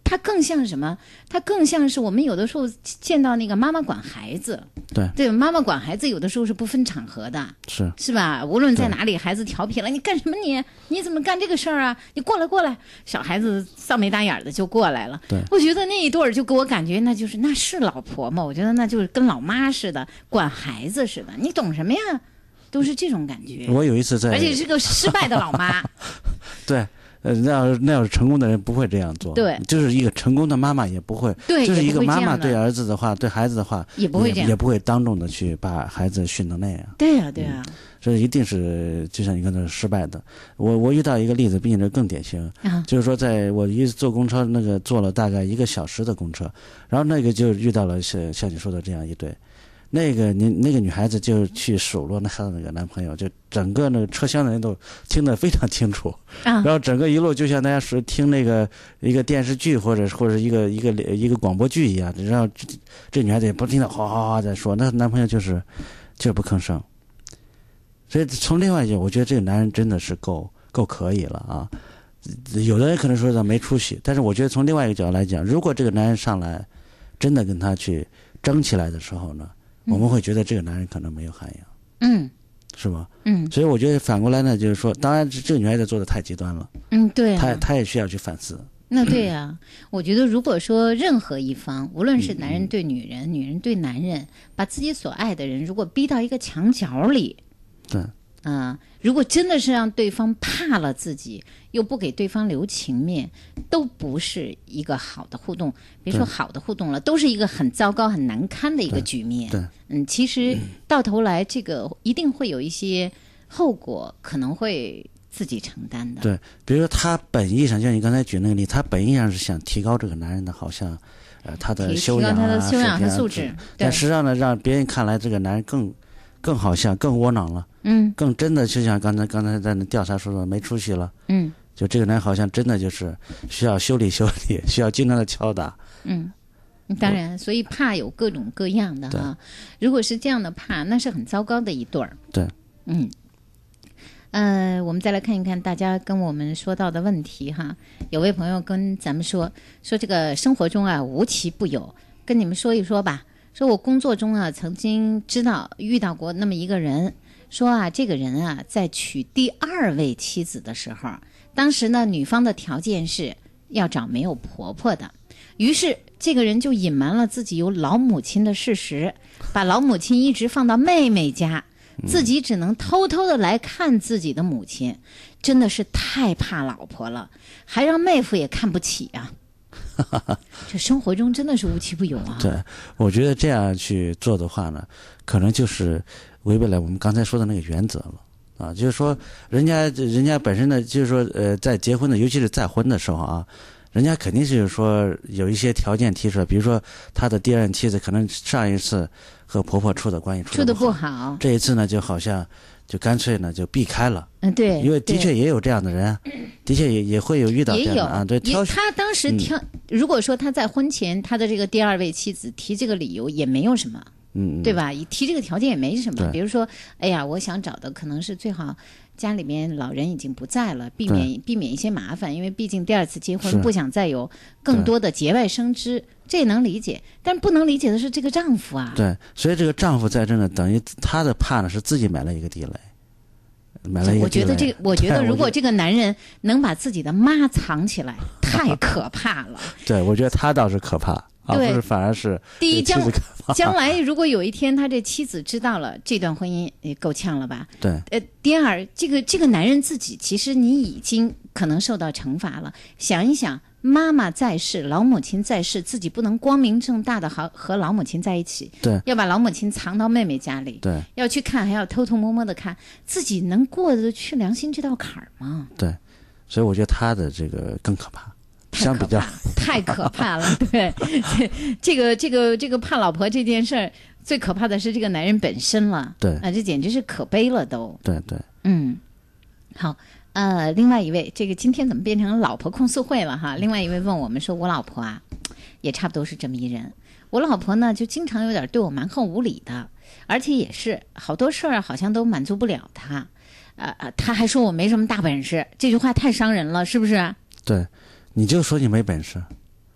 它更像什么？它更像是我们有的时候见到那个妈妈管孩子，对，妈妈管孩子有的时候是不分场合的，是吧？无论在哪里，孩子调皮了，你干什么你？你怎么干这个事儿啊？你过来，小孩子丧眉打眼的就过来了。 对， 我觉得那一对儿就给我感觉那是老婆嘛，我觉得那就是跟老妈似的，管孩子似的，你懂什么呀？都是这种感觉。 我有一次而且是个失败的老妈。 对。那要是成功的人不会这样做， 对， 就是一个成功的妈妈也不会， 对， 就是一个妈妈对儿子的话，对孩子的话， 也不会这样， 也不会当众的去把孩子训成那样。 对呀，对呀， 这一定是就像你刚才失败的。我遇到一个例子，比你这更典型，就是说，在我一坐公车，那个坐了大概1个小时的公车，然后那个就遇到了像你说的这样一对。那个女孩子就去数落她的那个男朋友，就整个那个车厢的人都听得非常清楚，然后整个一路就像大家是听那个一个电视剧或者一个广播剧一样，然后这女孩子也不停的哗哗哗在说，那男朋友就是不吭声。所以从另外一点，我觉得这个男人真的是够可以了啊。有的人可能说他没出息，但是我觉得从另外一个角度来讲，如果这个男人上来真的跟他去争起来的时候呢，我们会觉得这个男人可能没有涵养，是吧？所以我觉得反过来呢，就是说，当然这个女孩子做的太极端了， 对、啊， 她也需要去反思。 那对呀、我觉得如果说任何一方，无论是男人对女人，女人对男人，把自己所爱的人如果逼到一个墙角里， 对。 如果真的是让对方怕了自己，又不给对方留情面，都不是一个好的互动。别说好的互动了，都是一个很糟糕、很难堪的一个局面。 对， 其实到头来，这个一定会有一些后果，可能会自己承担的。 对，比如说他本意上，像你刚才举那个例子，他本意上是想提高这个男人的，好像他的修养、 他的修养和素质， 但实际上呢，让别人看来这个男人更好像更窝囊了，更真的就像刚才在那调查说的没出息了，就这个人好像真的就是需要修理，需要经常的敲打， 当然，所以怕有各种各样的哈。如果是这样的怕，那是很糟糕的一对儿。 对， 我们再来看一看大家跟我们说到的问题哈。有位朋友跟咱们说这个生活中啊无奇不有，跟你们说一说吧。说我工作中啊曾经遇到过那么一个人，说啊这个人啊在娶第2位妻子的时候，当时呢女方的条件是要找没有婆婆的，于是这个人就隐瞒了自己有老母亲的事实，把老母亲一直放到妹妹家，自己只能偷偷的来看自己的母亲，真的是太怕老婆了，还让妹夫也看不起啊。这生活中真的是无奇不有啊。 对，我觉得这样去做的话呢，可能就是违背了我们刚才说的那个原则了啊，就是说人家本身呢，就是说在结婚的，尤其是再婚的时候啊，人家肯定是说有一些条件提出来，比如说他的第2任妻子可能上一次和婆婆处的关系处得不好，这一次呢就好像就干脆呢就避开了。 对， 因为的确也有这样的人，的确也会有遇到这样的啊。对， 他当时如果说他在婚前他的这个第2位妻子提这个理由也没有什么，对吧？提这个条件也没什么。比如说，哎呀，我想找的可能是最好家里面老人已经不在了，避免一些麻烦，因为毕竟第2次结婚，不想再有更多的节外生枝。这也能理解，但不能理解的是这个丈夫啊。 对，所以这个丈夫在这呢，等于他的怕呢是自己买了一个地雷， 我觉得如果这个男人能把自己的妈藏起来，太可怕了。 对，我觉得他倒是可怕，不是反而是第一，将来如果有一天他这妻子知道了，这段婚姻也够呛了吧？ 对。 第二，这个男人自己其实你已经可能受到惩罚了。想一想，妈妈在世，老母亲在世，自己不能光明正大的和老母亲在一起， 对， 要把老母亲藏到妹妹家里， 对， 要去看还要偷偷摸摸的看，自己能过得去良心这道坎儿吗？ 对，所以我觉得他的这个更可怕。相比较太可怕了。对，这个怕老婆这件事儿，最可怕的是这个男人本身了。 对啊，这简直是可悲了都。 对。 好，另外一位，这个今天怎么变成老婆控诉会了哈？另外一位问我们说，我老婆啊，也差不多是这么一人。我老婆呢，就经常有点对我蛮横无理的，而且也是好多事儿好像都满足不了她。她还说我没什么大本事，这句话太伤人了，是不是？ 对。你就说你没本事，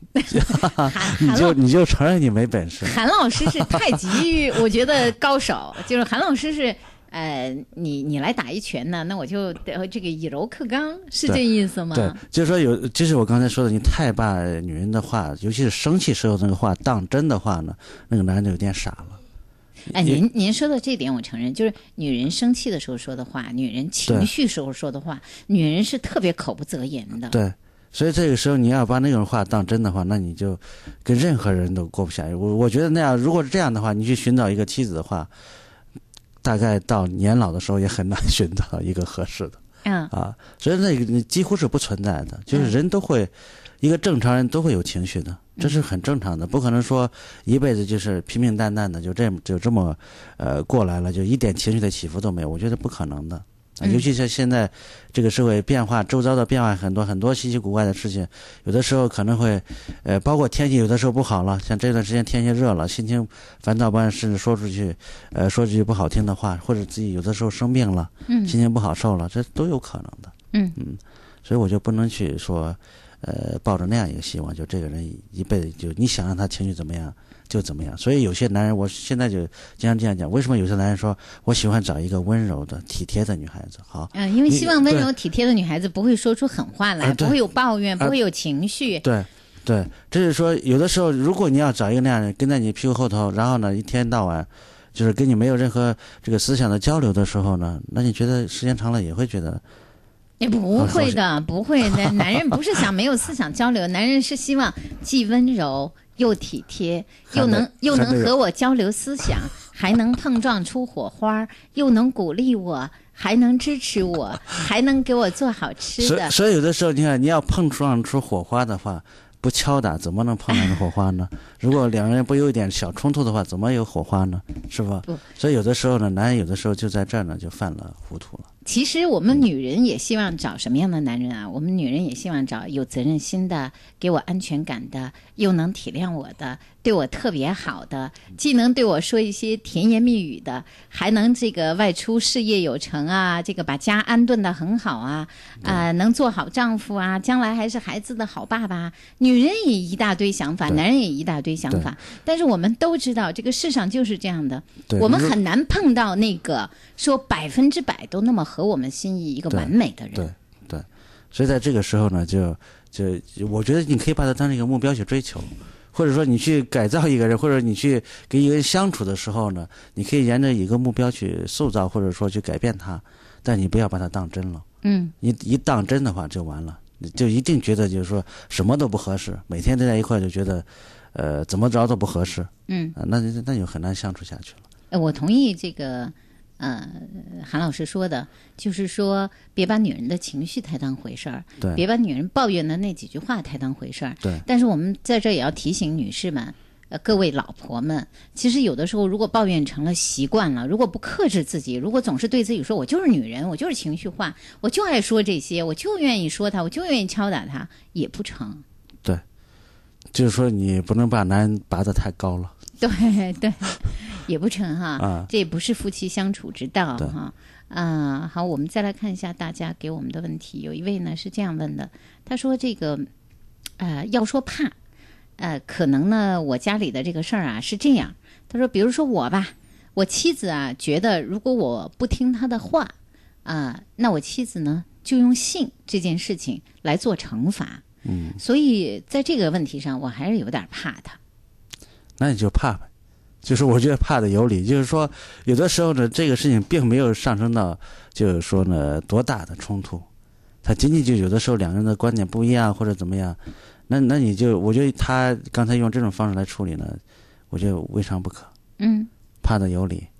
你就承认你没本事。 韩老师是太极，我觉得高手，就是韩老师是。你来打一拳呢，那我就这个以柔克刚，是这意思吗？ 对，就是说就是我刚才说的，你太把女人的话，尤其是生气时候那个话当真的话呢，那个男人就有点傻了。 哎，您说的这点我承认，就是女人生气的时候说的话，女人情绪时候说的话，女人是特别口不择言的。 对，所以这个时候你要把那种话当真的话，那你就跟任何人都过不下去。我觉得那样，如果是这样的话，你去寻找一个妻子的话。大概到年老的时候也很难寻找一个合适的，所以那个几乎是不存在的。就是人都会，一个正常人都会有情绪的，这是很正常的，不可能说一辈子就是平平淡淡的就这么过来了，就一点情绪的起伏都没有，我觉得不可能的。尤其是现在这个社会变化，周遭的变化很多稀奇古怪的事情，有的时候可能会包括天气有的时候不好了，像这段时间天气热了，心情烦躁不安，甚至说出句不好听的话，或者自己有的时候生病了，心情不好受了，这都有可能的。所以我就不能去说抱着那样一个希望，就这个人一辈子就你想让他情绪怎么样就怎么样。所以有些男人，我现在就经常这样讲，为什么有些男人说我喜欢找一个温柔的体贴的女孩子？好， 因为希望温柔体贴的女孩子不会说出狠话来，不会有抱怨，不会有情绪。 对，这是说有的时候，如果你要找一个那样的人跟在你屁股后头，然后呢一天到晚就是跟你没有任何这个思想的交流的时候呢，那你觉得时间长了也会觉得。 也不会的，不会的。男人不是想没有思想交流，男人是希望既温柔又体贴，又能和我交流思想，还能碰撞出火花，又能鼓励我，还能支持我，还能给我做好吃的。 所以有的时候，你看，你要碰撞出火花的话，不敲打怎么能碰撞出火花呢？如果两个人不有一点小冲突的话，怎么有火花呢？是吧？所以有的时候呢，男人有的时候就在这儿呢，就犯了糊涂了。 其实我们女人也希望找什么样的男人啊？我们女人也希望找有责任心的，给我安全感的，又能体谅我的，对我特别好的，既能对我说一些甜言蜜语的，还能这个外出事业有成啊，这个把家安顿得很好啊，能做好丈夫啊，将来还是孩子的好爸爸。女人也一大堆想法，男人也一大堆想法，但是我们都知道这个世上就是这样的，我们很难碰到那个说100%都那么合我们心意一个完美的人。 对，所以在这个时候呢，就我觉得你可以把它当成一个目标去追求，或者说你去改造一个人，或者你去跟一个人相处的时候呢，你可以沿着一个目标去塑造，或者说去改变他，但你不要把它当真了。一当真的话就完了，就一定觉得就是说什么都不合适，每天都在一块就觉得怎么着都不合适。那就很难相处下去了。 我同意这个韩老师说的，就是说别把女人的情绪太当回事儿，别把女人抱怨的那几句话太当回事儿。但是我们在这也要提醒女士们，各位老婆们，其实有的时候如果抱怨成了习惯了，如果不克制自己，如果总是对自己说我就是女人，我就是情绪化，我就爱说这些，我就愿意说她，我就愿意敲打她，也不成。 对，就是说你不能把男人拔得太高了。 对，也不成哈，这也不是夫妻相处之道哈。好，我们再来看一下大家给我们的问题。有一位呢是这样问的，他说这个要说怕，可能呢我家里的这个事儿啊是这样。他说，比如说我吧，我妻子啊觉得如果我不听她的话那我妻子呢就用性这件事情来做惩罚。所以在这个问题上我还是有点怕他。 那你就怕呗，就是我觉得怕的有理，就是说有的时候呢，这个事情并没有上升到就是说呢多大的冲突，他仅仅就有的时候两个人的观点不一样或者怎么样，那你就我觉得他刚才用这种方式来处理呢，我觉得未尝不可。怕的有理。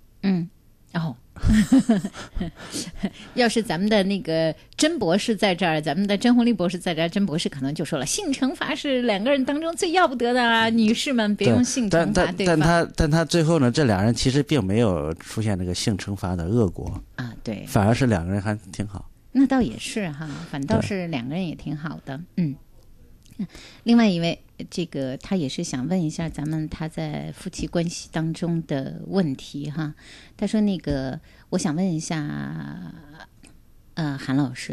要是咱们的那个甄博士在这儿，咱们的甄红丽博士在这儿，甄博士可能就说了，性惩罚是两个人当中最要不得的啊，女士们别用性惩罚，对吧？ 但他最后呢，这俩人其实并没有出现这个性惩罚的恶果对， 反而是两个人还挺好。 那倒也是哈，反倒是两个人也挺好的。另外一位，这个他也是想问一下咱们他在夫妻关系当中的问题哈。他说那个我想问一下韩老师，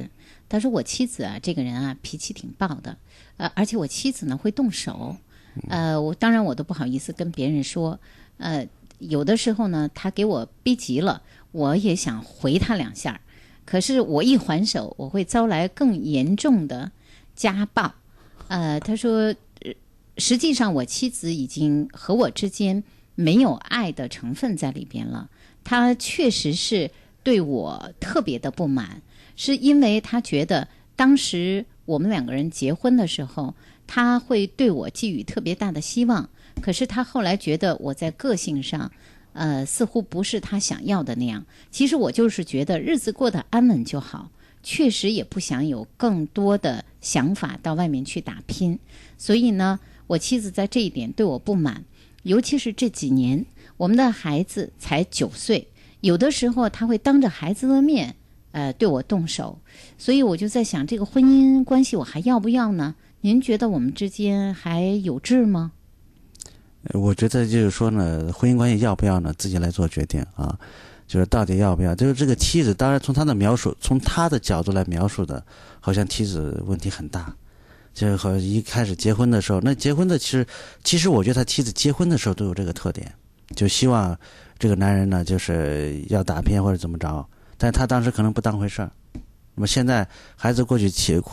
他说我妻子啊，这个人啊脾气挺暴的，而且我妻子呢会动手，我当然我都不好意思跟别人说，有的时候呢他给我逼急了，我也想回他2下，可是我一还手，我会招来更严重的家暴。他说实际上我妻子已经和我之间没有爱的成分在里边了，他确实是对我特别的不满，是因为他觉得当时我们2个人结婚的时候，他会对我寄予特别大的希望，可是他后来觉得我在个性上似乎不是他想要的那样。其实我就是觉得日子过得安稳就好，确实也不想有更多的想法到外面去打拼。所以呢，我妻子在这一点对我不满，尤其是这几年我们的孩子才9岁，有的时候他会当着孩子的面对我动手，所以我就在想，这个婚姻关系我还要不要呢？您觉得我们之间还有志吗？ 我觉得就是说呢，婚姻关系要不要呢，自己来做决定啊。就是到底要不要？就是这个妻子，当然从他的描述，从他的角度来描述的，好像妻子问题很大。就是和一开始结婚的时候，那结婚的其实我觉得他妻子结婚的时候都有这个特点，就希望这个男人呢就是要打拼或者怎么着，但他当时可能不当回事儿。那么现在孩子都过去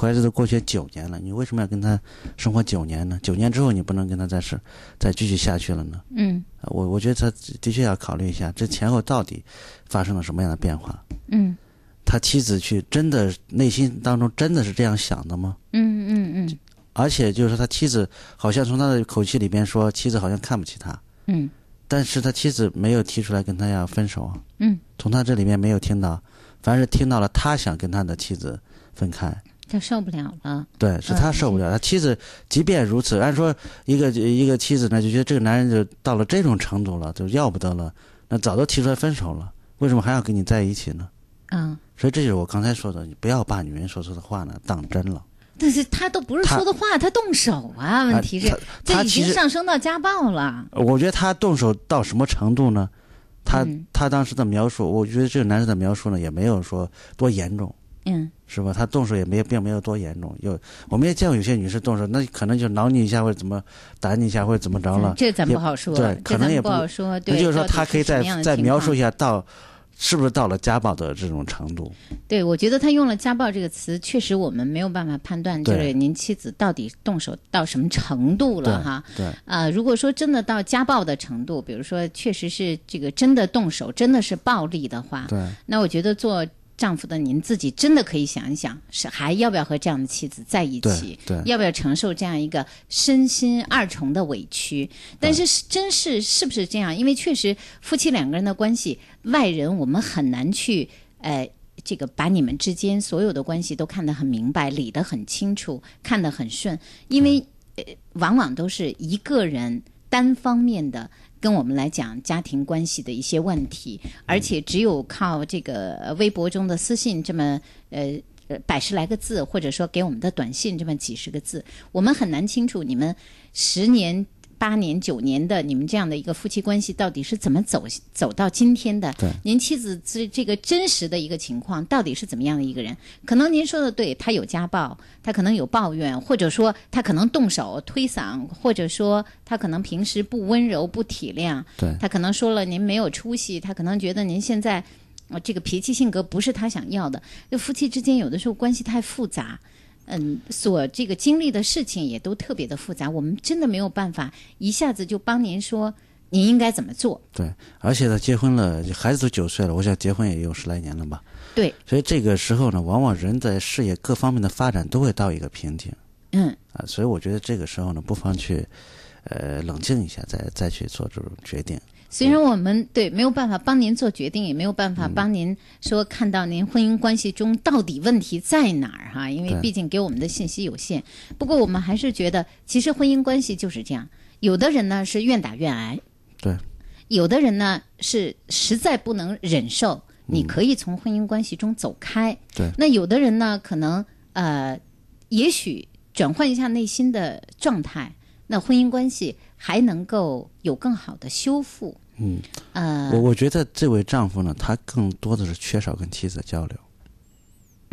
9年了，你为什么要跟他生活9年呢？9年之后你不能跟他再继续下去了呢？我觉得他的确要考虑一下，这前后到底发生了什么样的变化。他妻子真的内心当中真的是这样想的吗？而且就是说他妻子好像从他的口气里边说，妻子好像看不起他。但是他妻子没有提出来跟他要分手啊。从他这里面没有听到，反而是听到了他想跟他的妻子分开， 他受不了了。 对，是他受不了。他妻子即便如此，按说一个妻子呢，就觉得这个男人就到了这种程度了，就要不得了，那早都提出来分手了，为什么还要跟你在一起呢？所以这就是我刚才说的，你不要把女人说出的话呢当真了。 但是他都不是说的话，他动手啊！问题是这已经上升到家暴了。 我觉得他动手到什么程度呢？他当时的描述，我觉得这个男人的描述呢，也没有说多严重，是吧？他动手并没有多严重。我们也见过有些女士动手，那可能就挠你一下或者怎么打你一下或者怎么着了， 这咱不好说。 对，可能也不好说。 对，就是说他可以再描述一下是不是到了家暴的这种程度？ 对，我觉得他用了家暴这个词，确实我们没有办法判断，就是您妻子到底动手到什么程度了哈。 对。 如果说真的到家暴的程度，比如说确实是这个真的动手，真的是暴力的话， 对， 那我觉得做丈夫的您自己真的可以想一想，是还要不要和这样的妻子在一起？ 对， 要不要承受这样一个身心2重的委屈？但是是不是这样？因为确实夫妻2个人的关系，外人我们很难去这个把你们之间所有的关系都看得很明白，理得很清楚，看得很顺，因为往往都是一个人单方面的跟我们来讲家庭关系的一些问题，而且只有靠这个微博中的私信这么100来个字，或者说给我们的短信这么几十个字，我们很难清楚你们10年、8年、9年的你们这样的一个夫妻关系到底是怎么走到今天的。您妻子这个真实的一个情况到底是怎么样的一个人？可能您说的对，他有家暴，他可能有抱怨，或者说他可能动手推搡，或者说他可能平时不温柔不体谅，他可能说了您没有出息，他可能觉得您现在这个脾气性格不是他想要的。就夫妻之间有的时候关系太复杂，所这个经历的事情也都特别的复杂，我们真的没有办法一下子就帮您说您应该怎么做。 对，而且他结婚了，孩子都9岁了，我想结婚也有10来年了吧。 对， 所以这个时候呢，往往人在事业各方面的发展都会到一个瓶颈。所以我觉得这个时候呢，不妨去冷静一下，再去做这种决定。 虽然我们没有办法帮您做决定，也没有办法帮您说看到您婚姻关系中到底问题在哪儿哈，因为毕竟给我们的信息有限。不过我们还是觉得，其实婚姻关系就是这样，有的人呢是愿打愿挨， 对， 有的人呢是实在不能忍受，你可以从婚姻关系中走开。 对， 那有的人呢，可能也许转换一下内心的状态，那婚姻关系还能够有更好的修复。 我觉得这位丈夫呢，他更多的是缺少跟妻子的交流。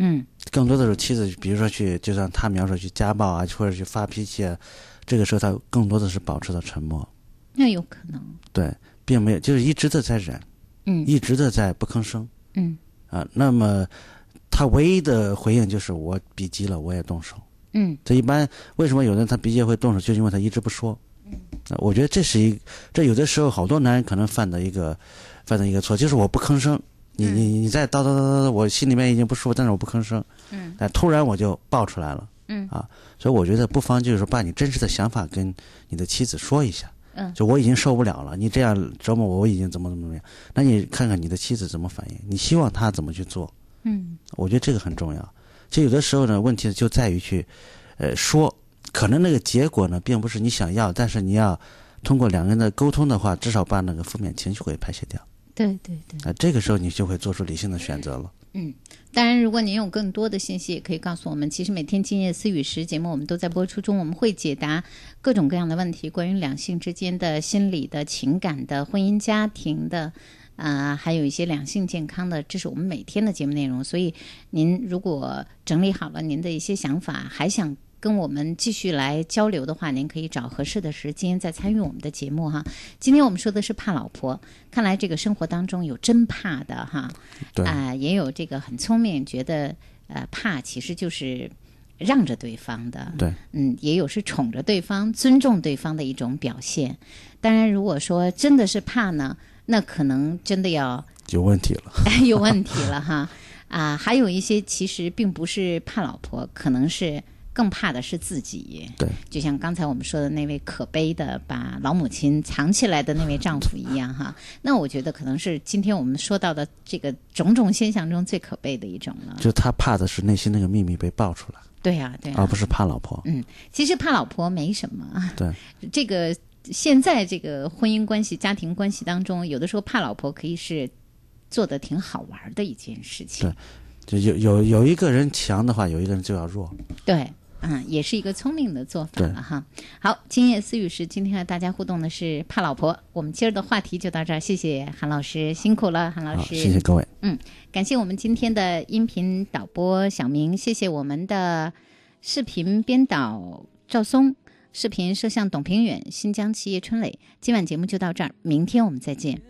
更多的时候妻子比如说就像他描述去家暴啊，或者去发脾气啊，这个时候他更多的是保持着沉默。 那有可能。 对，并没有，就是一直的在忍，一直的在不吭声。那么他唯一的回应就是我逼急了我也动手。这一般为什么有人他逼急会动手，就是因为他一直不说。我觉得这有的时候好多男人可能犯的一个错，就是我不吭声，你再叨叨叨叨，我心里面已经不舒服，但是我不吭声，但突然我就爆出来了，所以我觉得不妨就是说把你真实的想法跟你的妻子说一下，就我已经受不了了，你这样折磨我已经怎么样，那你看看你的妻子怎么反应，你希望她怎么去做，我觉得这个很重要。其实有的时候呢，问题就在于去说。可能那个结果呢，并不是你想要，但是你要通过两个人的沟通的话，至少把那个负面情绪会排泄掉。 对。 这个时候你就会做出理性的选择了。 当然，如果您有更多的信息，也可以告诉我们。其实每天今夜思语时节目，我们都在播出中，我们会解答各种各样的问题，关于两性之间的心理的、情感的、婚姻家庭的。还有一些两性健康的，这是我们每天的节目内容。所以您如果整理好了您的一些想法，还想跟我们继续来交流的话，您可以找合适的时间再参与我们的节目哈。今天我们说的是怕老婆，看来这个生活当中有真怕的哈，也有这个很聪明，觉得怕其实就是让着对方的， 对， 也有是宠着对方、尊重对方的一种表现。当然，如果说真的是怕呢，那可能真的要有问题了， 有问题了哈。还有一些其实并不是怕老婆，可能是更怕的是自己。 对， 就像刚才我们说的那位可悲的把老母亲藏起来的那位丈夫一样哈。那我觉得可能是今天我们说到的这个种种现象中最可悲的一种了。 就他怕的是内心那个秘密被爆出来。 对啊， 而不是怕老婆。 其实怕老婆没什么。 对， 这个现在这个婚姻关系、家庭关系当中，有的时候怕老婆可以是做得挺好玩的一件事情。 对，就有一个人强的话，有一个人就要弱。 对。也是一个聪明的做法了哈。好，今夜思语时，今天和大家互动的是怕老婆。我们今儿的话题就到这儿，谢谢韩老师，辛苦了，韩老师。 谢谢各位。 感谢我们今天的音频导播小明，谢谢我们的视频编导赵松，视频摄像董平远，新疆企业春磊。今晚节目就到这儿，明天我们再见。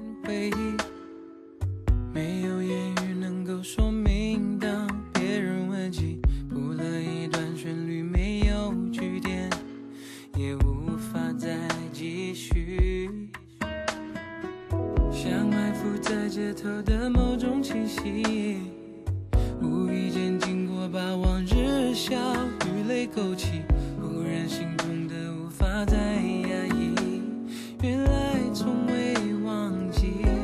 没有言语能够说明，当别人问起谱了一段旋律，没有句点，也无法再继续。像埋伏在街头的某种气息，无意间经过，把往日笑与泪勾起，忽然心痛的无法再压抑，原来从未忘记。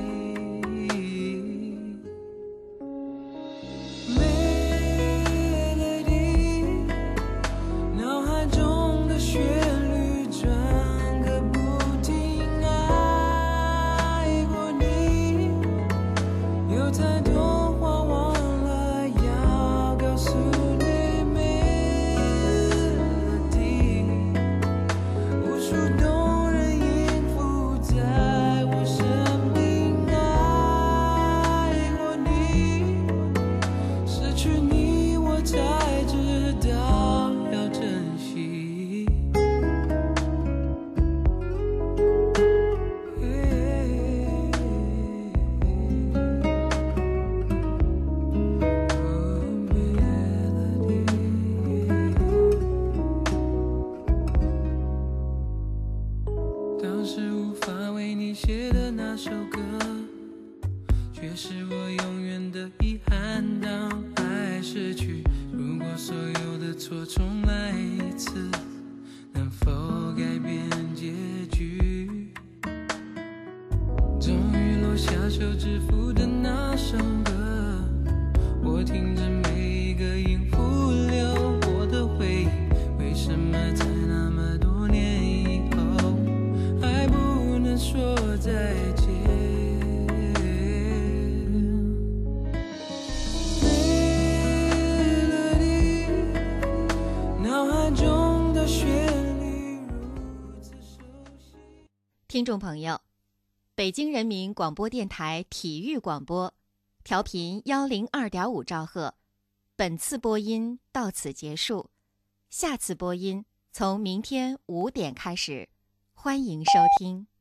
听众朋友，北京人民广播电台体育广播，调频102.5兆赫， 本次播音到此结束，下次播音从明天5点开始，欢迎收听。